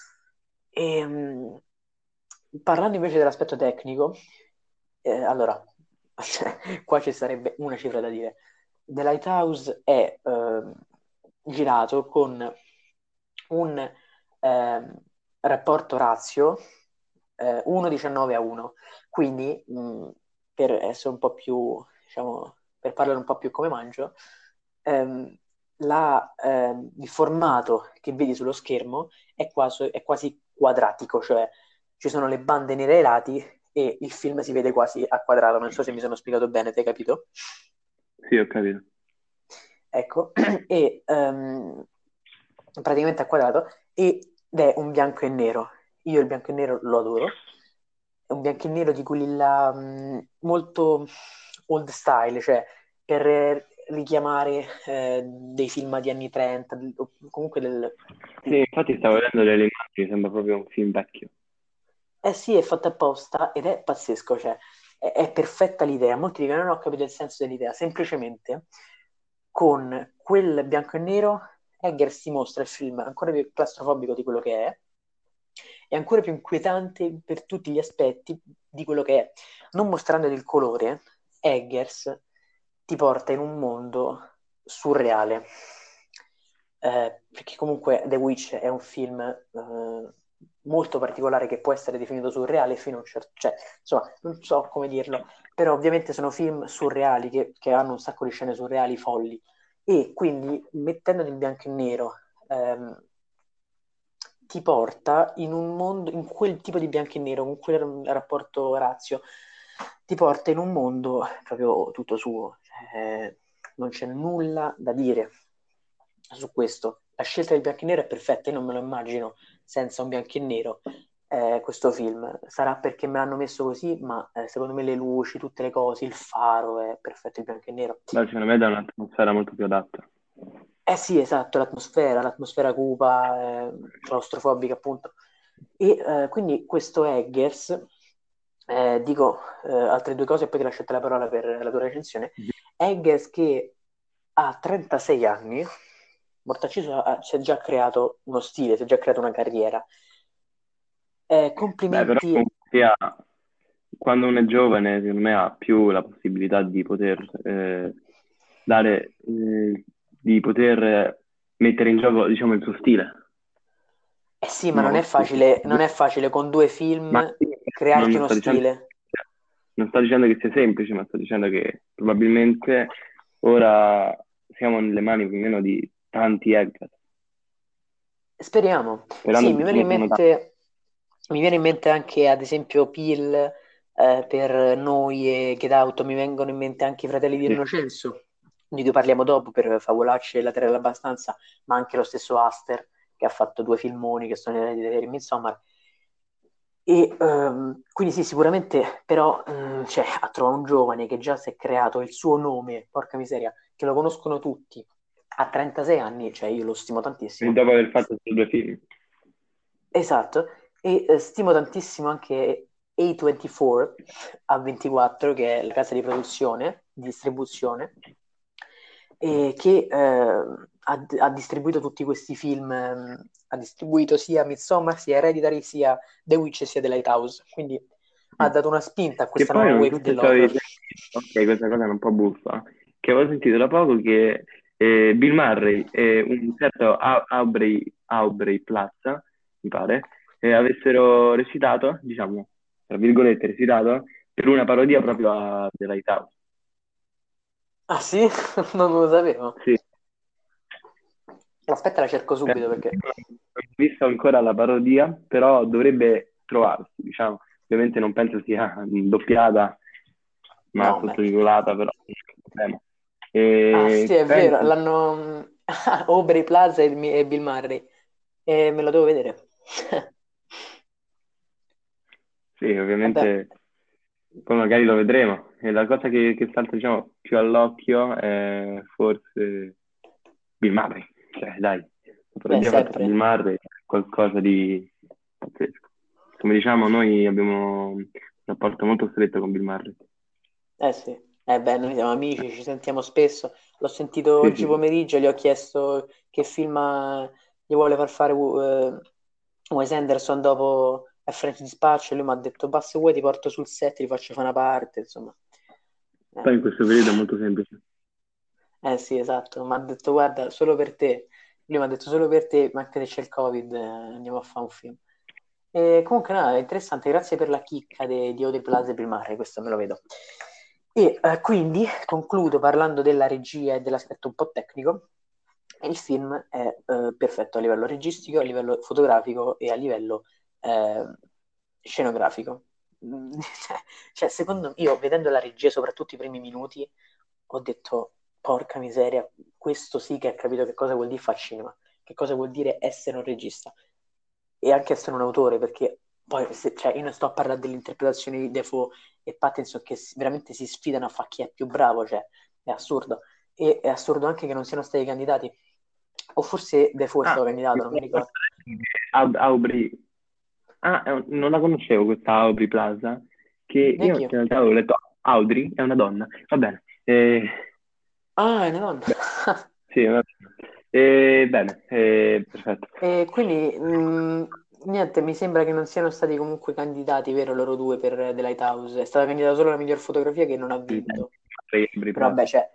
E, mh, parlando invece dell'aspetto tecnico, eh, allora, qua ci sarebbe una cifra da dire. The Lighthouse è ehm, girato con un ehm, rapporto ratio eh, uno virgola diciannove a uno, quindi mh, per essere un po' più, diciamo, per parlare un po' più come mangio, ehm, la, ehm, il formato che vedi sullo schermo è quasi, è quasi quadratico, cioè ci sono le bande nere ai lati e il film si vede quasi a quadrato. Non so se mi sono spiegato bene, ti hai capito? Sì, ho capito. Ecco, e ehm, praticamente a quadrato ed è un bianco e nero. Io il bianco e nero lo adoro. È un bianco e nero di quelli là mh, molto old style, cioè per eh, richiamare eh, dei film di anni trenta, del- o comunque del... Sì, infatti stavo vedendo delle immagini, sembra proprio un film vecchio. Eh sì, è fatta apposta ed è pazzesco, cioè è, è perfetta l'idea. Molti dicono: non ho capito il senso dell'idea. Semplicemente con quel bianco e nero Eggers ti mostra il film ancora più claustrofobico di quello che è e ancora più inquietante per tutti gli aspetti di quello che è. Non mostrandoti il colore, Eggers ti porta in un mondo surreale. Eh, perché comunque The Witch è un film eh, molto particolare che può essere definito surreale fino a un certo... cioè, insomma, non so come dirlo, però ovviamente sono film surreali che, che hanno un sacco di scene surreali folli e quindi mettendoti in bianco e nero ehm, ti porta in un mondo, in quel tipo di bianco e nero, con quel rapporto razio, ti porta in un mondo proprio tutto suo. Cioè, non c'è nulla da dire su questo. La scelta del bianco e nero è perfetta, io non me lo immagino senza un bianco e nero. Eh, questo film sarà perché me l'hanno messo così, ma eh, secondo me le luci, tutte le cose, il faro è perfetto il bianco e nero. Beh, secondo me dà un'atmosfera molto più adatta. Eh sì, esatto, l'atmosfera, l'atmosfera cupa, eh, claustrofobica appunto. E eh, quindi questo Eggers, eh, dico eh, altre due cose e poi ti lascio te la parola per la tua recensione. Mhm. Eggers che ha trentasei anni, Mortacciso ha- si è già creato uno stile, si è già creato una carriera. Eh, Beh, però complimenti. comunque sia, quando uno è giovane, secondo me ha più la possibilità di poter eh, dare, eh, di poter mettere in gioco, diciamo, il suo stile. Eh sì, ma non è No, sì, sì. facile, non è facile con due Ma film sì, crearti non uno sto dicendo, stile. non sto dicendo che sia semplice, ma sto dicendo che probabilmente ora siamo nelle mani più o meno di tanti hacker, Speriamo. sperando Sì, che mi ce viene ne in siano tanti. mente, mi viene in mente anche ad esempio Peel eh, per noi e Get Out, mi vengono in mente anche i Fratelli di Sì. Innocenzo, di cui parliamo dopo per Favolacci e La Terra dell'Abbastanza, ma anche lo stesso Aster che ha fatto due filmoni che sono i di Midsommar. E ehm, quindi sì, sicuramente, però mm, cioè, a trovare un giovane che già si è creato il suo nome, porca miseria, che lo conoscono tutti, a trentasei anni, cioè io lo stimo E tantissimo. dopo aver fatto questi due film. Esatto, e eh, stimo tantissimo anche A ventiquattro, A ventiquattro, che è la casa di produzione, di distribuzione, e che eh, ha, ha distribuito tutti questi film, ehm, ha distribuito sia Midsommar, sia Hereditary, sia The Witch, sia The Lighthouse, quindi ha Mm. dato una spinta a Che questa poi nuova non wave so se ci avevi dell'horror. sentito, ok, questa cosa è un po' buffa, che avevo sentito da poco che eh, Bill Murray e un certo Au- Aubrey, Aubrey Plaza, mi pare, eh, avessero recitato, diciamo, tra virgolette, recitato, per una parodia proprio a The Lighthouse. Ah sì? Non lo sapevo. Sì. Aspetta, la cerco Eh, subito perché... Non ho visto ancora la parodia, però dovrebbe trovarsi, diciamo. Ovviamente non penso sia doppiata, ma No, ma... sottotitolata, però non c'è problema. Ah sì, E è vero, penso, l'hanno... Aubrey Plaza e, Mi- e Bill Murray. E me lo devo vedere. sì, Vabbè, ovviamente poi magari lo vedremo. E la cosa che, che salta, diciamo, più all'occhio è forse Bill Murray. Cioè, dai, la beh, parodia fatta da Bill sempre. Murray è qualcosa di pazzesco. Come diciamo, noi abbiamo un rapporto molto stretto con Bill Murray. Eh sì, eh beh, noi siamo amici, ci sentiamo spesso. L'ho sentito Sì, oggi sì, sì. pomeriggio, gli ho chiesto che film eh, gli vuole far fare eh, Wes Anderson dopo A French Dispatch e lui mi ha detto, basta se vuoi ti porto sul set, ti faccio fare una parte, insomma. Poi Eh, in questo periodo è molto semplice. eh sì, esatto, mi ha detto, guarda, solo per te. Lui mi ha detto, solo per te, ma anche se c'è il Covid, eh, andiamo a fare un film. E comunque, no, è interessante, grazie per la chicca de- di Ode Plaza e Primare, questo me lo vedo. E eh, quindi concludo parlando della regia e dell'aspetto un po' tecnico. Il film è eh, perfetto a livello registico, a livello fotografico e a livello eh, scenografico. Mm, Cioè, cioè, secondo me, io vedendo la regia, soprattutto i primi minuti, ho detto, porca miseria, questo sì che ha capito che cosa vuol dire fare cinema, che cosa vuol dire essere un regista e anche essere un autore, perché poi se- cioè, io non sto a parlare dell'interpretazione di Defoe e Pattinson che si- veramente si sfidano a fare chi è più bravo, cioè è assurdo. E è assurdo anche che non siano stati candidati, o forse Defoe è Ah, stato mi candidato, non mi sono accorto ricordo. adesso che Aub- Aubrey. Ah, è un- non la conoscevo questa Aubrey Plaza, che io in Neanche io. realtà avevo letto Audrey, è una donna. Va bene. Eh, Ah, è una donna. beh, sì, va bene. Eh, bene, eh, perfetto. E quindi, mh, niente, mi sembra che non siano stati comunque candidati, vero, loro due per The Lighthouse. È stata candidata solo la miglior fotografia che non ha vinto. Aubrey Però vabbè, Plaza. cioè,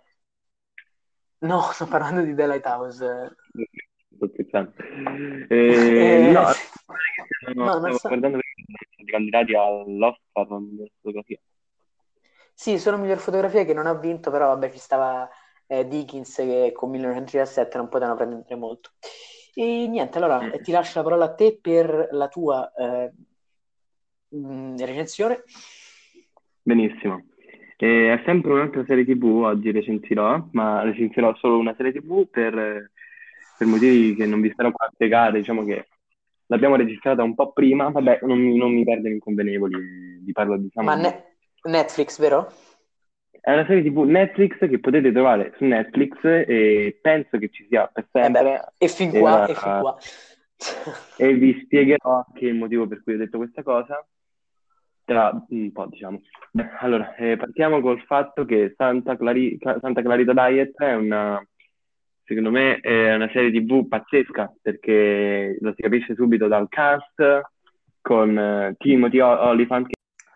no, sto parlando di The Lighthouse. Sto scherzando. Eh, no, Eh, guarda sì. che stavo No, non stavo so. guardando perché sono stati candidati all'Oscar di fotografia. Sì, solo miglior fotografia che non ha vinto, però vabbè, ci stava eh, Dickens che con millenovecentocentocinquantasette non potevano prendere molto. E niente, allora eh, Mm. ti lascio la parola a te per la tua eh, mh, recensione. Benissimo. E è sempre un'altra serie T V, oggi recensirò, ma recensirò solo una serie T V per, per motivi che non vi starò qua a spiegare. Diciamo che l'abbiamo registrata un po' prima, vabbè, non, mi non mi perdo in inconvenevoli, vi parlo, diciamo, Ma di... ne- Netflix, vero? È una serie T V Netflix che potete trovare su Netflix e penso che ci sia per Eh beh, sempre. e fin E, qua, ora- e fin qua. e vi spiegherò anche il motivo per cui ho detto questa cosa tra un po', diciamo. Beh, allora, eh, partiamo col fatto che Santa, Clari- Ca- Santa Clarita Diet è una, secondo me, è una serie T V pazzesca perché lo si capisce subito dal cast con eh, Timothy O- Olyphant,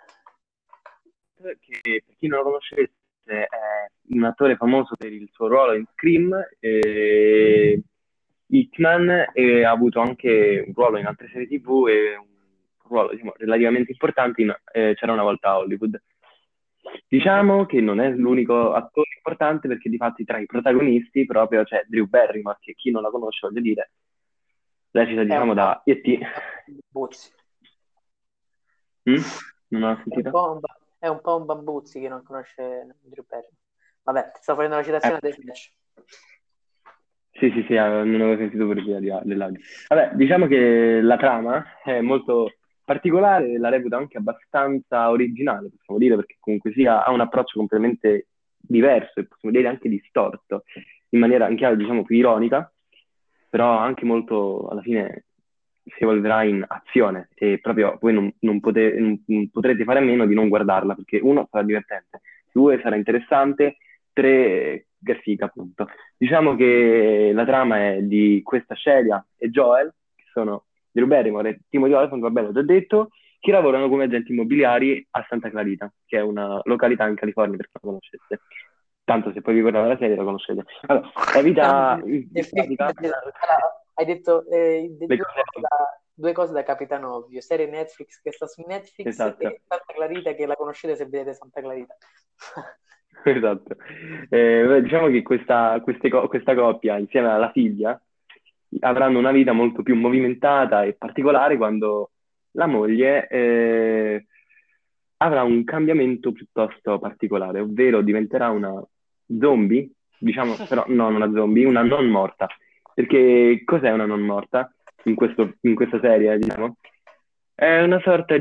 che per chi non lo conoscesse è un attore famoso per il suo ruolo in Scream, e Hitman, e ha avuto anche un ruolo in altre serie T V e un ruolo diciamo, relativamente importante in eh, C'era una volta a Hollywood. Mhm. Diciamo che non è l'unico attore importante perché di fatti tra i protagonisti proprio c'è Drew Barrymore, che chi non la conosce, voglio dire, recita È un diciamo po', da E T. è un po' un bambuzzi. Mm? Non ho È un sentito? po' un, ba- è un po' un bambuzzi che non conosce Drew Barrymore. Vabbè, ti sto facendo la Eh, citazione del Flash. Sì, sì, sì, eh, non avevo sentito per via di, dell'audio. Vabbè, diciamo che la trama è molto particolare, la reputo anche abbastanza originale, possiamo dire, perché comunque sia, ha un approccio completamente diverso e possiamo dire anche distorto, in maniera in chiave, diciamo, più ironica, però anche molto, alla fine, si evolverà in azione e proprio voi non, non pote- non- non potrete fare a meno di non guardarla, perché uno, sarà divertente, due, sarà interessante, tre, grafica, appunto. Diciamo che la trama è di questa Celia e Joel, che sono Drew Barrymore e Timothy Olyphant, va bene, l'ho già detto, che lavorano come agenti immobiliari a Santa Clarita, che è una località in California, per chi non la conoscesse. Tanto se poi vi guardate la serie la conoscete. Allora, la Ah, vita beh, in in pratica, effettivamente, allora, hai detto eh, de- le due cose... cose da, due cose da Capitano Ovvio, serie Netflix che sta su Netflix Esatto. e Santa Clarita che la conoscete se vedete Santa Clarita. Esatto. Eh, beh, diciamo che questa, queste co- questa coppia, insieme alla figlia, avranno una vita molto più movimentata e particolare quando la moglie eh, avrà un cambiamento piuttosto particolare, ovvero diventerà una zombie, diciamo, però no, non una zombie, una non morta. Perché cos'è una non morta in questo- in questa serie, diciamo? È una sorta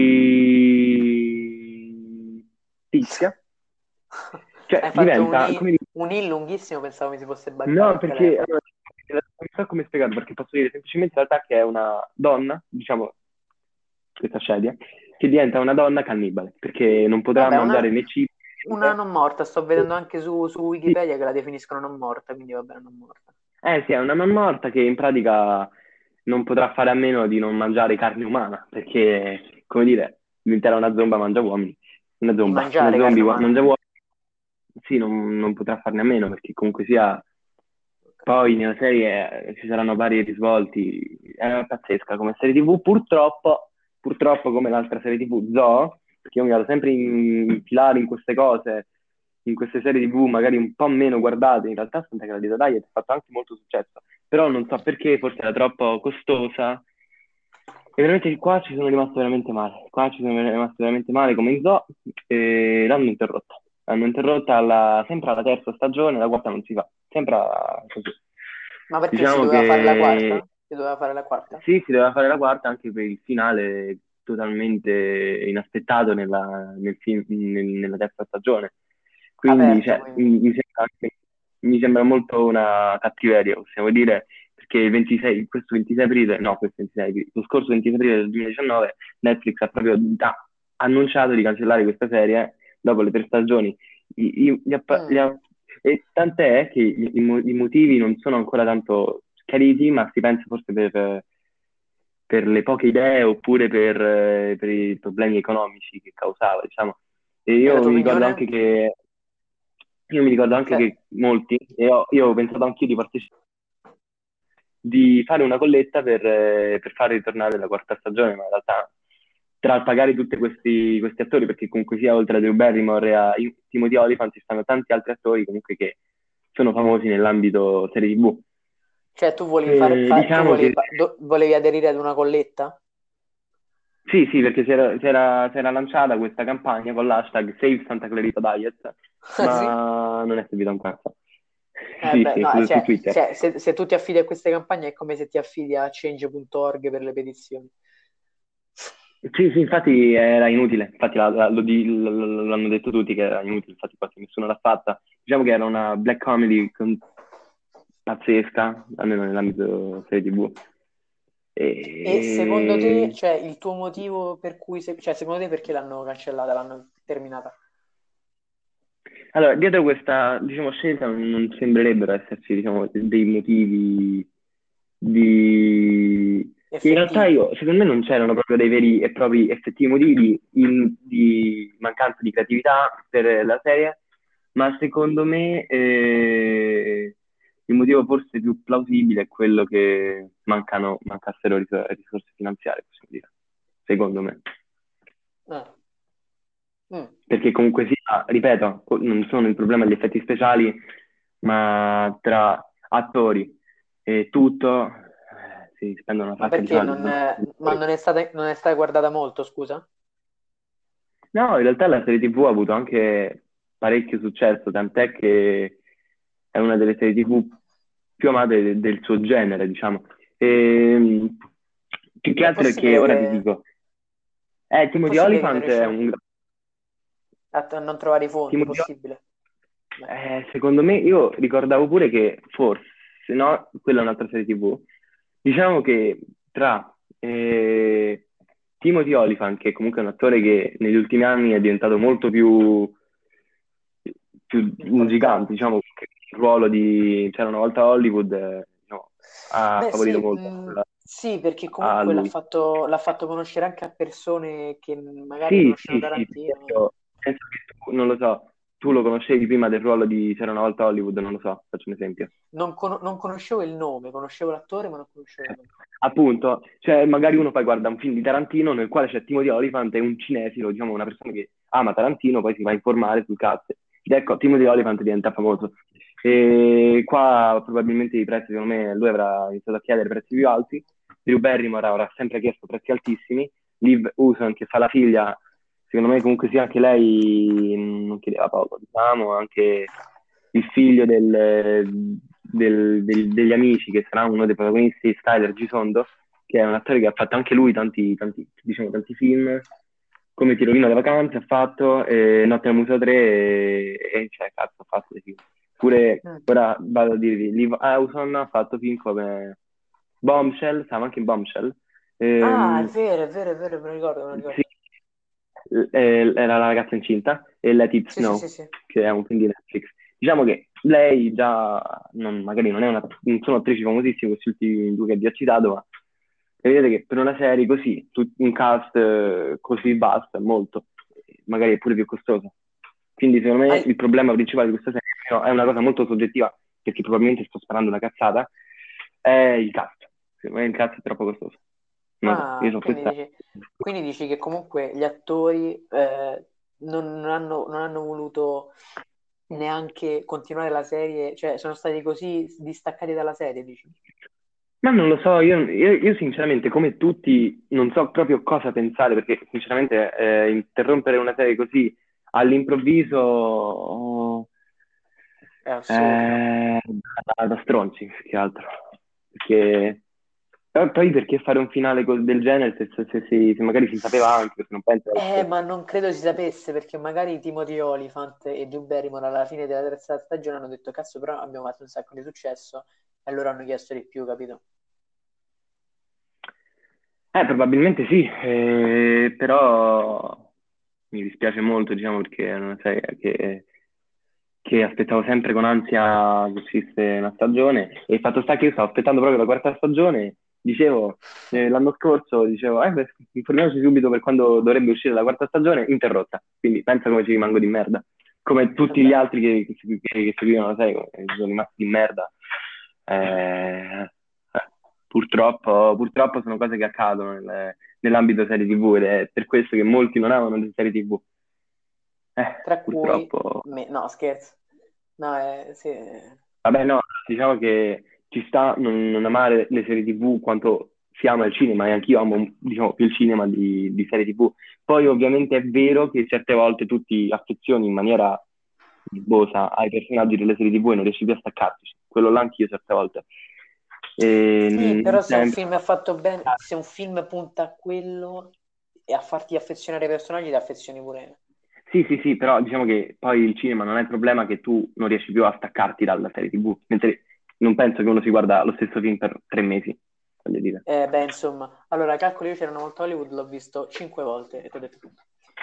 di tizia, cioè Hai fatto un diventa, I, come dire, un I lunghissimo, pensavo mi si fosse buggato no, il perché telefono. allora, non so come spiegarlo, perché posso dire semplicemente in realtà che è una donna, diciamo, questa scedia, che diventa una donna cannibale, perché non potrà Vabbè, mangiare una, né cibo una né non morta, sto vedendo anche su, su sì, Wikipedia che la definiscono non morta, quindi va bene, non morta. eh sì, è una non morta che in pratica non potrà fare a meno di non mangiare carne umana, perché, come dire, diventerà una zomba mangia uomini, una Di zomba, una mangiare zombie carne ua- umana. mangia uomini, sì, non, non potrà farne a meno, perché comunque sia, Ok. poi nella serie eh, ci saranno vari risvolti, è pazzesca come serie T V, purtroppo, purtroppo come l'altra serie T V, Zoo, perché io mi vado sempre in infilare in queste cose, in queste serie T V magari un po' meno guardate, in realtà Santa Clarita Diet ha fatto anche molto successo, però non so perché, forse era troppo costosa, e veramente qua ci sono rimasto veramente male, qua ci sono rimasto veramente male come in Zoo, e l'hanno interrotta, l'hanno interrotta alla- sempre alla terza stagione, la quarta non si fa, sempre a- così. Ma perché si Diciamo doveva fare la che quarta? Si doveva fare la quarta? sì, si doveva fare la quarta anche per il finale totalmente inaspettato nella, nel film- nel- nella terza stagione. Quindi, Aperto, cioè, quindi. mi, mi sembra, anche- mi sembra molto una cattiveria, possiamo dire, perché il ventisei, questo ventisei aprile, no, questo ventisei aprile, lo scorso ventisei aprile del duemiladiciannove Netflix ha proprio ha annunciato di cancellare questa serie dopo le tre stagioni. I- i- gli appa- gli Mm. ha- e tant'è che i, i mo- i motivi non sono ancora tanto chiariti, ma si pensa forse per, per le poche idee oppure per, eh, per i problemi economici che causava, diciamo. E E la io tua mi ricordo anche opinione? che, io mi ricordo anche Cioè, che molti, e ho- io ho pensato anch'io di partecipare, di fare una colletta per, eh, per far ritornare la quarta stagione, ma in realtà tra pagare tutti questi, questi attori, perché comunque sia oltre a Drew Barrymore e a Timothy Olyphant ci stanno tanti altri attori comunque che sono famosi nell'ambito serie T V. cioè, tu volevi fare, E fa- tu diciamo volevi, che fa- do- volevi aderire ad una colletta? sì, sì, perché si era, si era- si era lanciata questa campagna con l'hashtag Save Santa Clarita Diet, Ah, sì? ma non è servito un cazzo. Eh Sì, beh, sì, no, su, su cioè, Twitter. cioè, se, se tu ti affidi a queste campagne è come se ti affidi a change punto org per le petizioni. Sì, sì, infatti era inutile, infatti la- la- lo di- l- l- l'hanno detto tutti che era inutile, infatti quasi nessuno l'ha fatta. Diciamo che era una black comedy con- pazzesca, almeno nell'ambito serie T V. E secondo te, E... cioè, il tuo motivo per cui, se- cioè, secondo te perché l'hanno cancellata, l'hanno terminata? Allora, dietro questa, diciamo, scelta non non sembrerebbero esserci, diciamo, dei motivi di... In realtà Effettivi? io, secondo me non c'erano proprio dei veri e propri effettivi motivi in- di mancanza di creatività per la serie, ma secondo me eh, il motivo forse più plausibile è quello che mancano, mancassero ris- risorse finanziarie, possiamo dire, secondo me. Ah, mm. Perché comunque sia, ripeto, co- non sono il problema degli effetti speciali, ma tra attori e tutto eh, si spendono una Ma sacca di perché soldi. non, è- ma non è stata, non è stata guardata molto, scusa? No, in realtà la serie T V ha avuto anche parecchio successo, tant'è che è una delle serie T V più amate de- del suo genere, diciamo. E, più che È altro è che, possibile ora ti che, dico, eh, è Timothy possibile che non Olyphant è riusciamo un... a, a non trovare i fondi, Timothy possibile. Beh. Eh, secondo me, io ricordavo pure che forse, no, quella è un'altra serie T V. Diciamo che tra eh, Timothy Olyphant, che comunque è un attore che negli ultimi anni è diventato molto più, più un gigante, Importante. diciamo, che il ruolo di C'era una volta a Hollywood, eh, diciamo, ha Beh, favorito sì, molto mh, a sì, perché a comunque l'ha lui. fatto, l'ha fatto conoscere anche a persone che magari Sì, conoscono sì, sì, per Tarantino. esempio, penso che tu, non lo so, tu lo conoscevi prima del ruolo di C'era una volta a Hollywood, non lo so, faccio un esempio. Non, con- non conoscevo il nome, conoscevo l'attore, ma non conoscevo il nome. Appunto, cioè magari uno poi guarda un film di Tarantino nel quale c'è Timothy Olyphant e un cinefilo, diciamo una persona che ama Tarantino, poi si va a informare sul cazzo. ecco, Timothy Olyphant diventa famoso. E qua probabilmente i prezzi, secondo me, lui avrà iniziato a chiedere prezzi più alti. Drew Barrymore avrà sempre chiesto prezzi altissimi. Liv Uson, che fa la figlia, secondo me comunque sia anche lei mh, non chiedeva poco, diciamo, anche il figlio del- del- del- degli amici, che sarà uno dei protagonisti, Tyler Gisondo, che è un attore che ha fatto anche lui tanti, tanti, diciamo, tanti film, come Ti rovino le vacanze ha fatto, eh, Notte al Museo tre, e, e cioè, cazzo, ha fatto dei film. Pure, Mm. ora vado a dirvi, Liv Awson ha fatto film come Bombshell, stava anche in Bombshell, Ah, è ehm, vero, è vero, è vero, me lo ricordo, me lo sì, ricordo. eh, era la ragazza incinta, e Let It Sì, sì, sì, Snow, sì. che è un film di Netflix. Diciamo che lei già, non- magari non è una, non sono attrici famosissime, questi ultimi due che vi ho citato, ma vedete che per una serie così, tu- un cast eh, così vasto, è molto, magari è pure più costoso. Quindi secondo me Hai... il problema principale di questa serie, no, è una cosa molto soggettiva, perché probabilmente sto sparando una cazzata, è il cast. Secondo me il cast è troppo costoso. Non lo so, io Ah, sono quindi questa. dici, quindi dici che comunque gli attori eh, non, non hanno, non hanno voluto neanche continuare la serie, cioè sono stati così distaccati dalla serie, dici? Ma non lo so, io, io- io sinceramente, come tutti, non so proprio cosa pensare, perché sinceramente eh, interrompere una serie così all'improvviso oh, È assurdo. eh, da, da stronzi, più che altro. Perché, però poi perché fare un finale col- del genere se, se- se si- se magari si sapeva anche, perché non penso Eh, che... ma non credo si sapesse perché magari Timothy Olyphant e Drew Barrymore alla fine della terza stagione hanno detto cazzo però abbiamo fatto un sacco di successo e allora hanno chiesto di più, capito? Eh, probabilmente sì, eh, però mi dispiace molto, diciamo, perché è una serie che, che aspettavo sempre con ansia che uscisse una stagione, e il fatto sta che io stavo aspettando proprio la quarta stagione, dicevo, eh, l'anno scorso, dicevo, eh, beh, informiamoci subito per quando dovrebbe uscire la quarta stagione, interrotta, quindi pensa come ci rimango di merda, come tutti gli Vabbè. altri che, che, segui- che, che seguivano la serie, come sono rimasti di merda. Eh, eh, purtroppo, purtroppo sono cose che accadono nel- nell'ambito serie T V, ed è per questo che molti non amano le serie T V. Eh, Tra cui purtroppo. me. No, scherzo. No, eh, sì. eh. Vabbè, no, diciamo che ci sta non, non amare le serie T V quanto si ama il cinema, e anch'io amo, diciamo, più il cinema di, di serie T V. Poi ovviamente è vero che certe volte tu ti affezioni in maniera bosa ai personaggi delle serie T V e non riesci più a staccarti. Quello là anch'io certe volte. E Sì, non però se un sempre. film è fatto bene, se un film punta a quello e a farti affezionare ai personaggi, ti affezioni pure. Sì, sì, sì, però diciamo che poi il cinema non è il problema che tu non riesci più a staccarti dalla serie T V, mentre non penso che uno si guarda lo stesso film per tre mesi, voglio dire. Eh, beh, insomma, allora, calcolo io c'era una volta a Hollywood, l'ho visto cinque volte e ti ho detto tutto.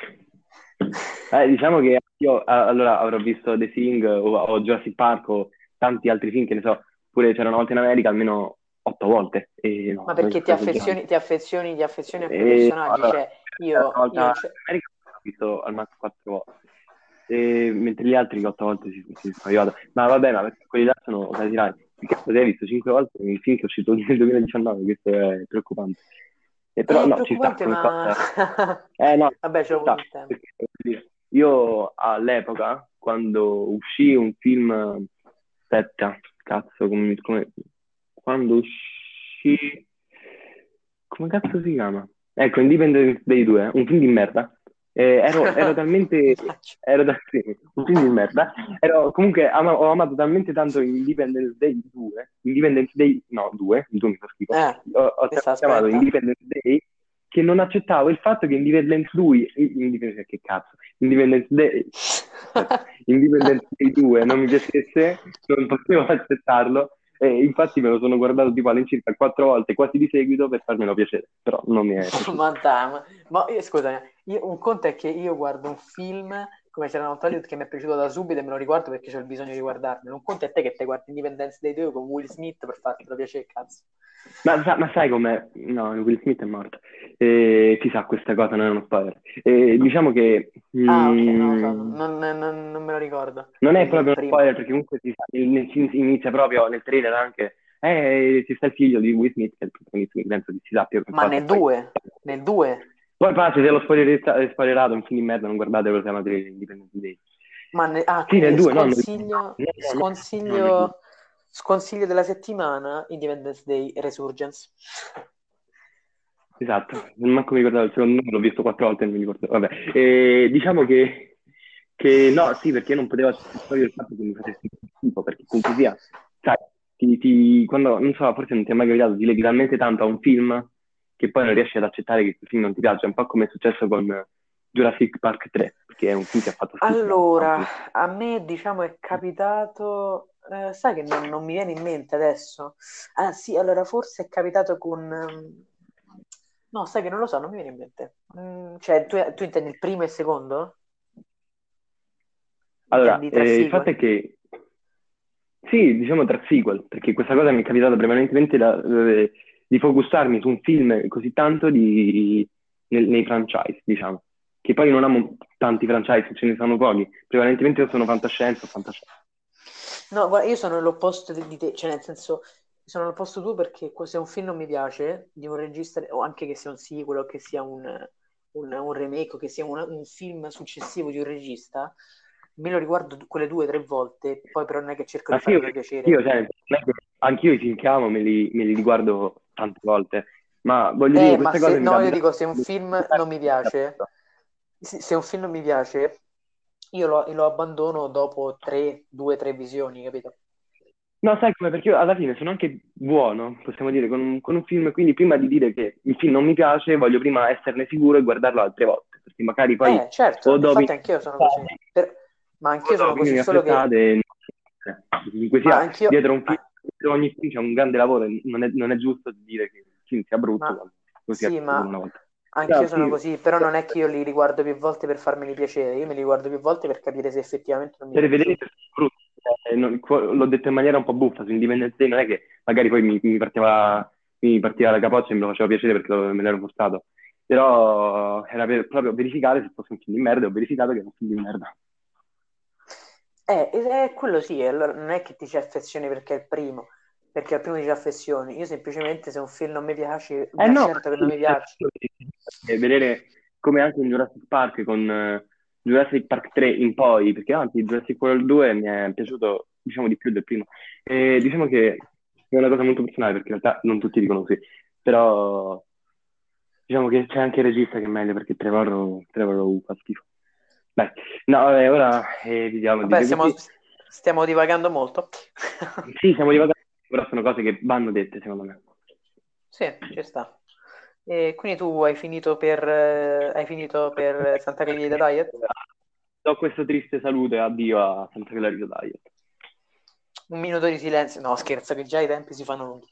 Eh, diciamo che io a- allora avrò visto The Thing o, o Jurassic Park o tanti altri film, che ne so, pure c'era una volta in America almeno otto volte, e Ma no, non perché ti sto esagerando. affezioni, ti affezioni, ti affezioni a quei E, personaggi? allora, Cioè, c'era una io, io volta non in c'è... America l'ho visto al massimo quattro volte. E, mentre gli altri otto volte si, si sono arrivato. Ma vabbè, ma perché quelli là sono casinati. Che cazzo ti hai visto cinque volte il film che è uscito nel duemiladiciannove? Questo è preoccupante. E però È no, ci sta preoccupante, come ma... cosa. Eh no, Vabbè, c'è ci avuto sta. il tempo. Perché, voglio dire, io all'epoca, quando uscì un film, aspetta, cazzo, come, come- quando uscì, come cazzo si chiama? Ecco, Independence Day due, un film di merda. Eh, ero, ero talmente, Immagino. ero da- sì, un film di merda. Ero, comunque ama- ho amato talmente tanto Independence Day due, Independence Day, no, due, il due mi fa schifo, Eh, ho, ho questa sempre chiamato aspetta. Independence Day, che non accettavo il fatto che Independence due, Independence, che cazzo, Independence Day, aspetta, Independence Day due non mi piacesse, non potevo accettarlo, e infatti me lo sono guardato tipo all'incirca quattro volte, quasi di seguito, per farmelo piacere, però non mi è piaciuto. Ma dai, ma, ma io, scusa, io- un conto è che io guardo un film come c'era una Hollywood che mi è piaciuto da subito e me lo ricordo perché ho il bisogno di guardarmelo. Un conto è te che te guardi Independence Day due con Will Smith per fartelo piacere, cazzo. Ma, sa- ma sai com'è? No, Will Smith è morto. Eh, si sa questa cosa, non è uno spoiler. Eh, diciamo che Ah, ok, non lo so, mm, non, non- non me lo ricordo. non è Quindi proprio uno prima. spoiler, perché comunque si, sa- in- si- inizia proprio nel trailer anche. Eh, ci sta il figlio di Will Smith, che è il protagonista, quindi penso che si sappia per Ma forza. nel Poi, due? Nel due? poi pace, se l'ho spoilerata- spoilerato, un film di merda, non guardatelo se amate Independence Day. Ma ne- ah, Sì, nel quindi due, no, nel... sconsiglio, no, no, no, no, nel due. sconsiglio, sconsiglio della settimana Independence Day Resurgence. Esatto, non manco mi ricordavo il secondo nome, l'ho visto quattro volte e non mi ricordo. Vabbè, e diciamo che, che no, sì, perché non potevo accettare il fatto che mi facessi schifo, perché comunque sia, sai, ti, ti- quando, non so, forse non ti è mai capitato, ti leghi talmente tanto a un film che poi non riesci ad accettare che quel film non ti piace, è un po' come è successo con Jurassic Park tre, perché è un film che ha fatto schifo da tanto Allora, tempo. a me diciamo è capitato, eh, sai che non, non mi viene in mente adesso. Ah sì, allora forse è capitato con... ehm, no, sai che non lo so, non mi viene in mente. Mm, cioè, tu, tu intendi il primo e il secondo? Allora, Intendi tra eh, il fatto sequel? è che sì, diciamo tra sequel, perché questa cosa mi è capitata prevalentemente da- eh, di focusarmi su un film così tanto di- nel- nei franchise, diciamo, che poi non amo tanti franchise, ce ne sono pochi, prevalentemente sono fantascienza o fantascienza. No, guarda, io sono l'opposto di di te, cioè nel senso, sono l'opposto tu perché se un film non mi piace, di un regista, o anche che sia un sequel, o che sia un, un, un remake, o che sia un, un film successivo di un regista, me lo riguardo quelle due o tre volte, poi però non è che cerco Ma di sì, io, farmelo io, piacere. cioè, non è che- anch'io i film che amo me li, me li riguardo tante volte, ma voglio dire, Eh, ma queste se, cose mi no, io capitano. dico, se un film non mi piace, se se un film non mi piace, io lo, lo abbandono dopo tre, due, tre visioni, capito? No, sai come? Perché io alla fine sono anche buono, possiamo dire, con un, con un film, quindi prima di dire che il film non mi piace, voglio prima esserne sicuro e guardarlo altre volte, perché magari poi Eh, certo, o do infatti opinioni anch'io sono così. affrettate, Per- Ma o anch'io do sono così, opinioni solo che... affrettate, e- eh, comunque Ma sia, anch'io... dietro un film, ah, dietro ogni film c'è un grande lavoro, e non è, non è giusto dire che il film sia brutto ma quando così è sì, come ma una volta. anch'io No, sono sì, così, però non è che io li riguardo più volte per farmeli piacere, io me li guardo più volte per capire se effettivamente non mi per sono vedere piaciuti. se sono brutti. Eh, non- l'ho detto in maniera un po' buffa, su Independence Day non è che magari poi mi, mi partiva, mi partiva la capoccia e me lo faceva piacere perché lo- me l'ero portato, però era per proprio verificare se fosse un film di merda e ho verificato che era un film di merda. Eh, ed è quello sì, allora non è che ti ci affezioni perché è il primo, perché al primo ti ci affezioni, io semplicemente se un film non mi piace, Eh mi no, accerto che non mi piace. perché vedere come anche in Jurassic Park con eh, Jurassic Park tre in poi, perché anzi Jurassic World due mi è piaciuto diciamo di più del primo. E diciamo che è una cosa molto personale perché in realtà non tutti dicono così, però diciamo che c'è anche il regista che è meglio perché Trevor, Trevor fa schifo. Dai, no, vabbè, ora eh, evitiamo di Vabbè, dire stiamo, così. stiamo divagando molto. Sì, siamo divagati, però sono cose che vanno dette secondo me. Sì, ci sta. E quindi tu hai finito per, eh, hai finito per Santa Clarita Diet? Do questo triste saluto e addio a Santa Clarita Diet. Un minuto di silenzio. No, scherzo, che già i tempi si fanno lunghi.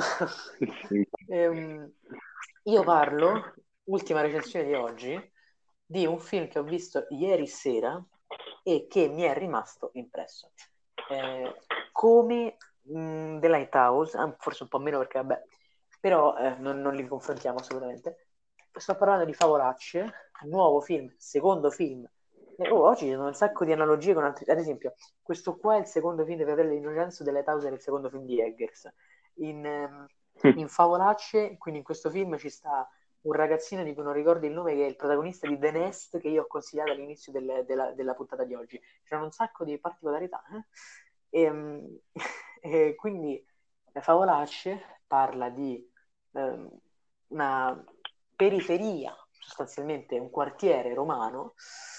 Sì. Ehm, io parlo, ultima recensione di oggi, di un film che ho visto ieri sera e che mi è rimasto impresso. Eh, come mh, The Lighthouse, ah, forse un po' meno perché vabbè, però eh, non, non li confrontiamo assolutamente. Sto parlando di Favolacce, nuovo film, secondo film. E, oh, oggi ci sono un sacco di analogie con altri. Ad esempio, questo qua è il secondo film dei Fratelli di Innocenzo, The Lighthouse era il secondo film di Eggers. In, ehm, in Favolacce, quindi in questo film ci sta un ragazzino di cui non ricordo il nome, che è il protagonista di The Nest, che io ho consigliato all'inizio del- della, della puntata di oggi. C'erano un sacco di particolarità. Eh? E, mm, e quindi eh, Favolacce parla di ehm, una periferia, sostanzialmente un quartiere romano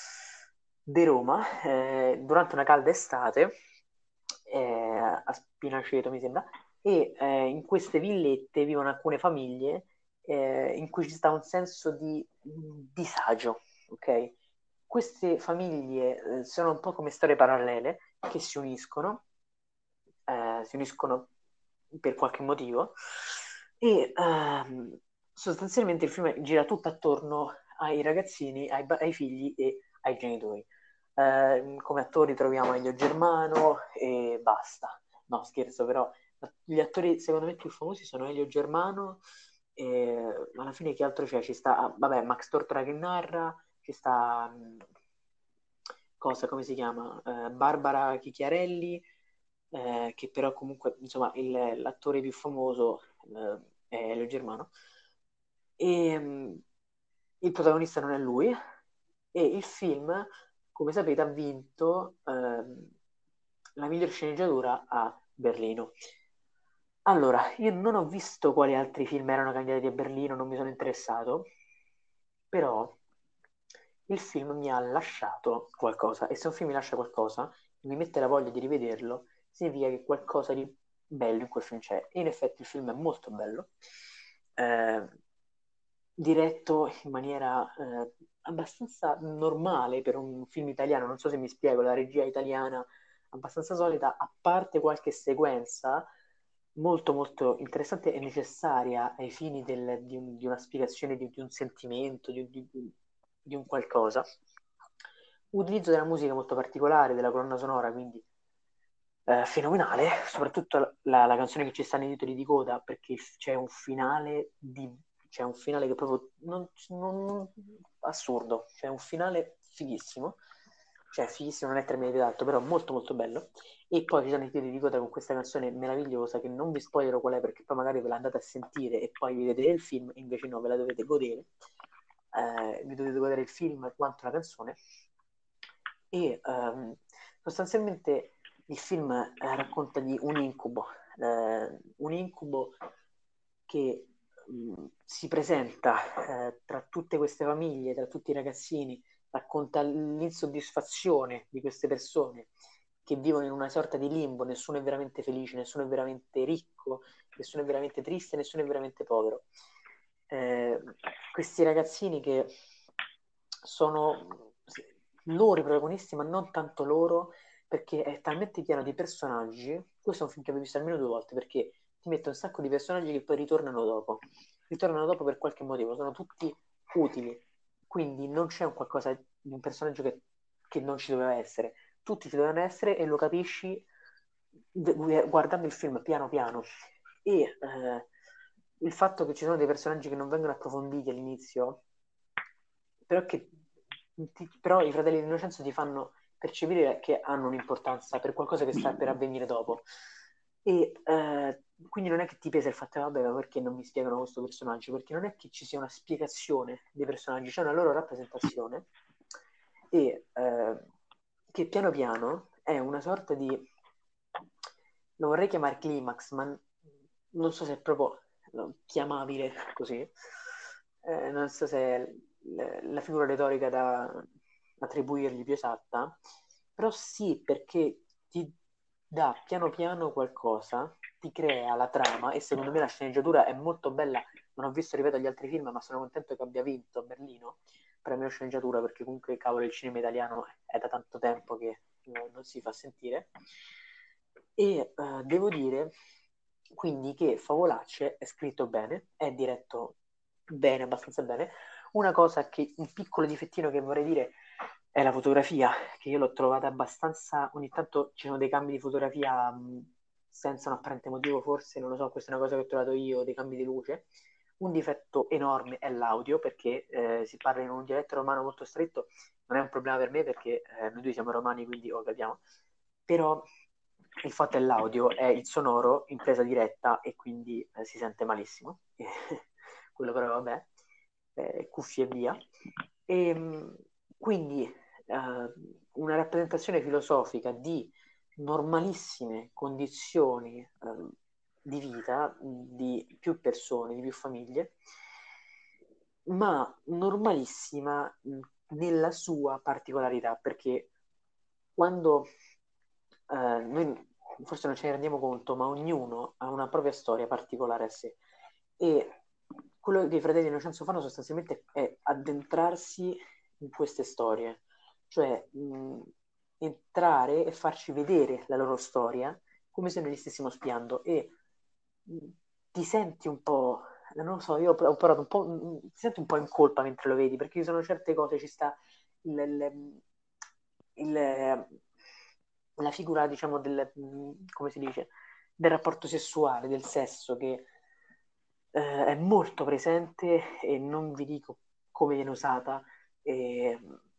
di Roma, eh, durante una calda estate, eh, a Spinaceto mi sembra, e eh, in queste villette vivono alcune famiglie eh, in cui ci sta un senso di disagio, ok? Queste famiglie eh, sono un po' come storie parallele che si uniscono, eh, si uniscono per qualche motivo e ehm, sostanzialmente il film gira tutto attorno ai ragazzini, ai, ba- ai figli e ai genitori. Eh, come attori troviamo Elio Germano e basta. No, scherzo, però gli attori secondo me più famosi sono Elio Germano e alla fine chi altro c'è? Ci sta, ah, vabbè, Max Tortora che narra, ci sta, mh, cosa, come si chiama? Eh, Barbara Chicchiarelli, eh, che però comunque, insomma, il- l'attore più famoso eh, è Elio Germano. E mh, il protagonista non è lui, e il film come sapete, ha vinto ehm, la miglior sceneggiatura a Berlino. Allora, io non ho visto quali altri film erano candidati a Berlino, non mi sono interessato, però il film mi ha lasciato qualcosa e se un film mi lascia qualcosa e mi mette la voglia di rivederlo, significa che qualcosa di bello in quel film c'è. E in effetti il film è molto bello, eh, diretto in maniera eh, abbastanza normale per un film italiano, non so se mi spiego, la regia italiana abbastanza solita, a parte qualche sequenza molto molto interessante e necessaria ai fini del- di, un- di una spiegazione di, di un sentimento, di, di- di un qualcosa. Utilizzo della musica molto particolare, della colonna sonora, quindi eh, fenomenale, soprattutto la, la canzone che ci sta nei titoli di coda, perché c'è un finale di, c'è un finale che proprio non, non- assurdo, c'è un finale fighissimo, cioè fighissimo non è termine di adatto, però molto molto bello. E poi ci sono i titoli di coda con questa canzone meravigliosa che non vi spoilerò qual è perché poi magari ve la andate a sentire e poi vi vedete il film, invece no, ve la dovete godere. Eh, vi dovete godere il film quanto la canzone. E ehm, sostanzialmente il film eh, racconta di un incubo, eh, un incubo che mh, si presenta eh, tra tutte queste famiglie, tra tutti i ragazzini, racconta l'insoddisfazione di queste persone che vivono in una sorta di limbo, nessuno è veramente felice, nessuno è veramente ricco, nessuno è veramente triste, nessuno è veramente povero. Eh, questi ragazzini che sono loro i protagonisti, ma non tanto loro, perché è talmente pieno di personaggi. Questo è un film che avevo visto almeno due volte, perché ti mette un sacco di personaggi che poi ritornano dopo. Ritornano dopo per qualche motivo, sono tutti utili. Quindi non c'è un qualcosa di un personaggio che, che non ci doveva essere. Tutti ci dovevano essere e lo capisci guardando il film piano piano. E eh, il fatto che ci sono dei personaggi che non vengono approfonditi all'inizio, però, che, ti, però i fratelli di Innocenzo ti fanno percepire che hanno un'importanza per qualcosa che sta per avvenire dopo. E eh, quindi non è che ti pesa il fatto, vabbè, ma perché non mi spiegano questo personaggio? Perché non è che ci sia una spiegazione dei personaggi, c'è una loro rappresentazione e eh, che piano piano è una sorta di, lo vorrei chiamare climax, ma non so se è proprio no, chiamabile così. Eh, non so se è l- la figura retorica da attribuirgli più esatta, però sì, perché ti dà piano piano qualcosa, ti crea la trama e secondo me la sceneggiatura è molto bella. Non ho visto, ripeto, gli altri film, ma sono contento che abbia vinto a Berlino premio sceneggiatura perché comunque cavolo il cinema italiano è da tanto tempo che eh, non si fa sentire e eh, devo dire quindi che Favolacce è scritto bene, è diretto bene, abbastanza bene. Una cosa che, un piccolo difettino che vorrei dire è la fotografia, che io l'ho trovata abbastanza, ogni tanto ci sono dei cambi di fotografia mh, senza un apparente motivo, forse, non lo so, questa è una cosa che ho trovato io, dei cambi di luce. Un difetto enorme è l'audio, perché eh, si parla in un dialetto romano molto stretto, non è un problema per me perché eh, noi due siamo romani, quindi lo capiamo, però il fatto è l'audio, è il sonoro in presa diretta e quindi eh, si sente malissimo. Quello però vabbè, eh, cuffie e via. E, mh, quindi eh, una rappresentazione filosofica di normalissime condizioni eh, di vita di più persone, di più famiglie, ma normalissima mh, nella sua particolarità, perché quando eh, noi forse non ce ne rendiamo conto, ma ognuno ha una propria storia particolare a sé. E quello che i fratelli Innocenzo fanno sostanzialmente è addentrarsi in queste storie, cioè mh, entrare e farci vedere la loro storia come se noi li stessimo spiando e mh, ti senti un po', non lo so, io ho ho provato un po', mh, ti senti un po' in colpa mentre lo vedi, perché ci sono certe cose, ci sta il, il- il- la figura, diciamo, del, come si dice, del rapporto sessuale, del sesso, che eh, è molto presente e non vi dico come viene usata. E,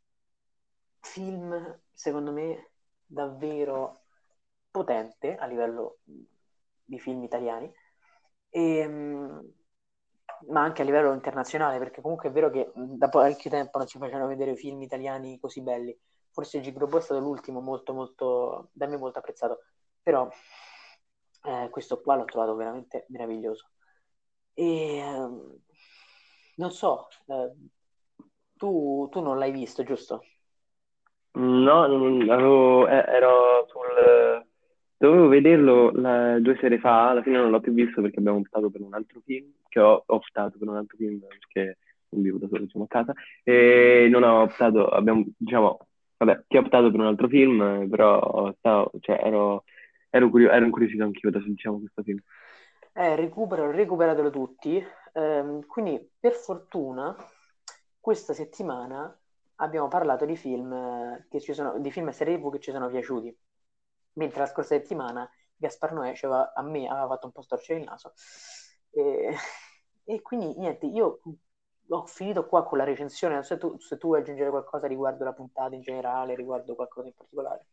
film, secondo me, davvero potente a livello di film italiani, e, ma anche a livello internazionale, perché comunque è vero che da parecchio tempo non ci facevano vedere film italiani così belli. forse Gigrobo è stato l'ultimo molto molto da me molto apprezzato, però eh, questo qua l'ho trovato veramente meraviglioso. E ehm, non so, eh, tu, tu non l'hai visto, giusto? No, non- avevo- eh, ero sul... Dovevo vederlo la- due sere fa, alla fine non l'ho più visto perché abbiamo optato per un altro film, che ho ho optato per un altro film perché non vivo da solo, siamo a casa, e non ho optato, abbiamo, diciamo, vabbè, chi ha optato per un altro film, eh, però stavo, cioè, ero, ero, curio- ero incuriosito anch'io da diciamo, questo film. Eh, recupero, recuperatelo tutti. Ehm, quindi, per fortuna, questa settimana abbiamo parlato di film eh, che ci sono, di film e serie T V che ci sono piaciuti. Mentre la scorsa settimana Gaspar Noè ci aveva- a me aveva fatto un po' storcere il naso. E, e quindi niente, io ho finito qua con la recensione. Non so se tu, se tu vuoi aggiungere qualcosa riguardo la puntata in generale, riguardo qualcosa in particolare.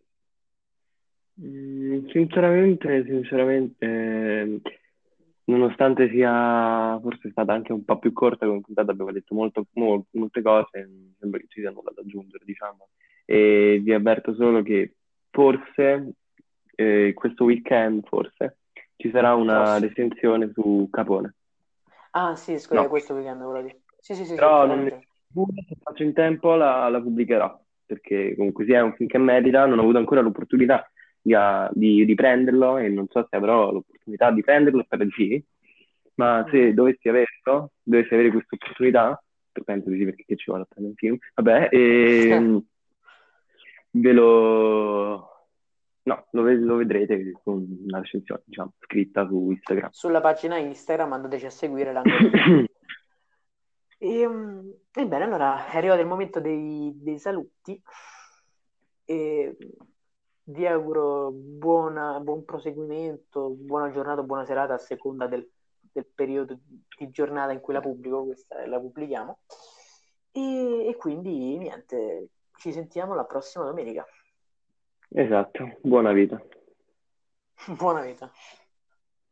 Mm, sinceramente, sinceramente, eh, nonostante sia forse stata anche un po' più corta come puntata, abbiamo detto molto, mol- molte cose, non sembra che ci sia nulla da aggiungere, diciamo. E vi avverto solo che forse, eh, questo weekend, forse, ci sarà una Prossimo. recensione su Capone. Ah, sì, scusa, No, questo weekend volevo dire. Sì, sì, sì, sì, però hai non, ragione. se faccio in tempo la, la pubblicherò, perché comunque sia è un film che merita, non ho avuto ancora l'opportunità di, a- di riprenderlo e non so se avrò l'opportunità di prenderlo per G, ma se Mhm. dovessi averlo, dovessi avere questa opportunità, penso di sì perché che ci vuole a prendere un film, vabbè, ehm, ve lo... No, lo, ve- lo vedrete con una recensione, diciamo, scritta su Instagram. Sulla pagina Instagram andateci a seguire l'angolino. E, mm, ebbene, allora è arrivato il momento dei, dei saluti e vi auguro buona- buon proseguimento, buona giornata, buona serata a seconda del, del periodo di giornata in cui la pubblico, questa la pubblichiamo. E, e quindi niente, ci sentiamo la prossima domenica. Esatto, buona vita. Buona vita.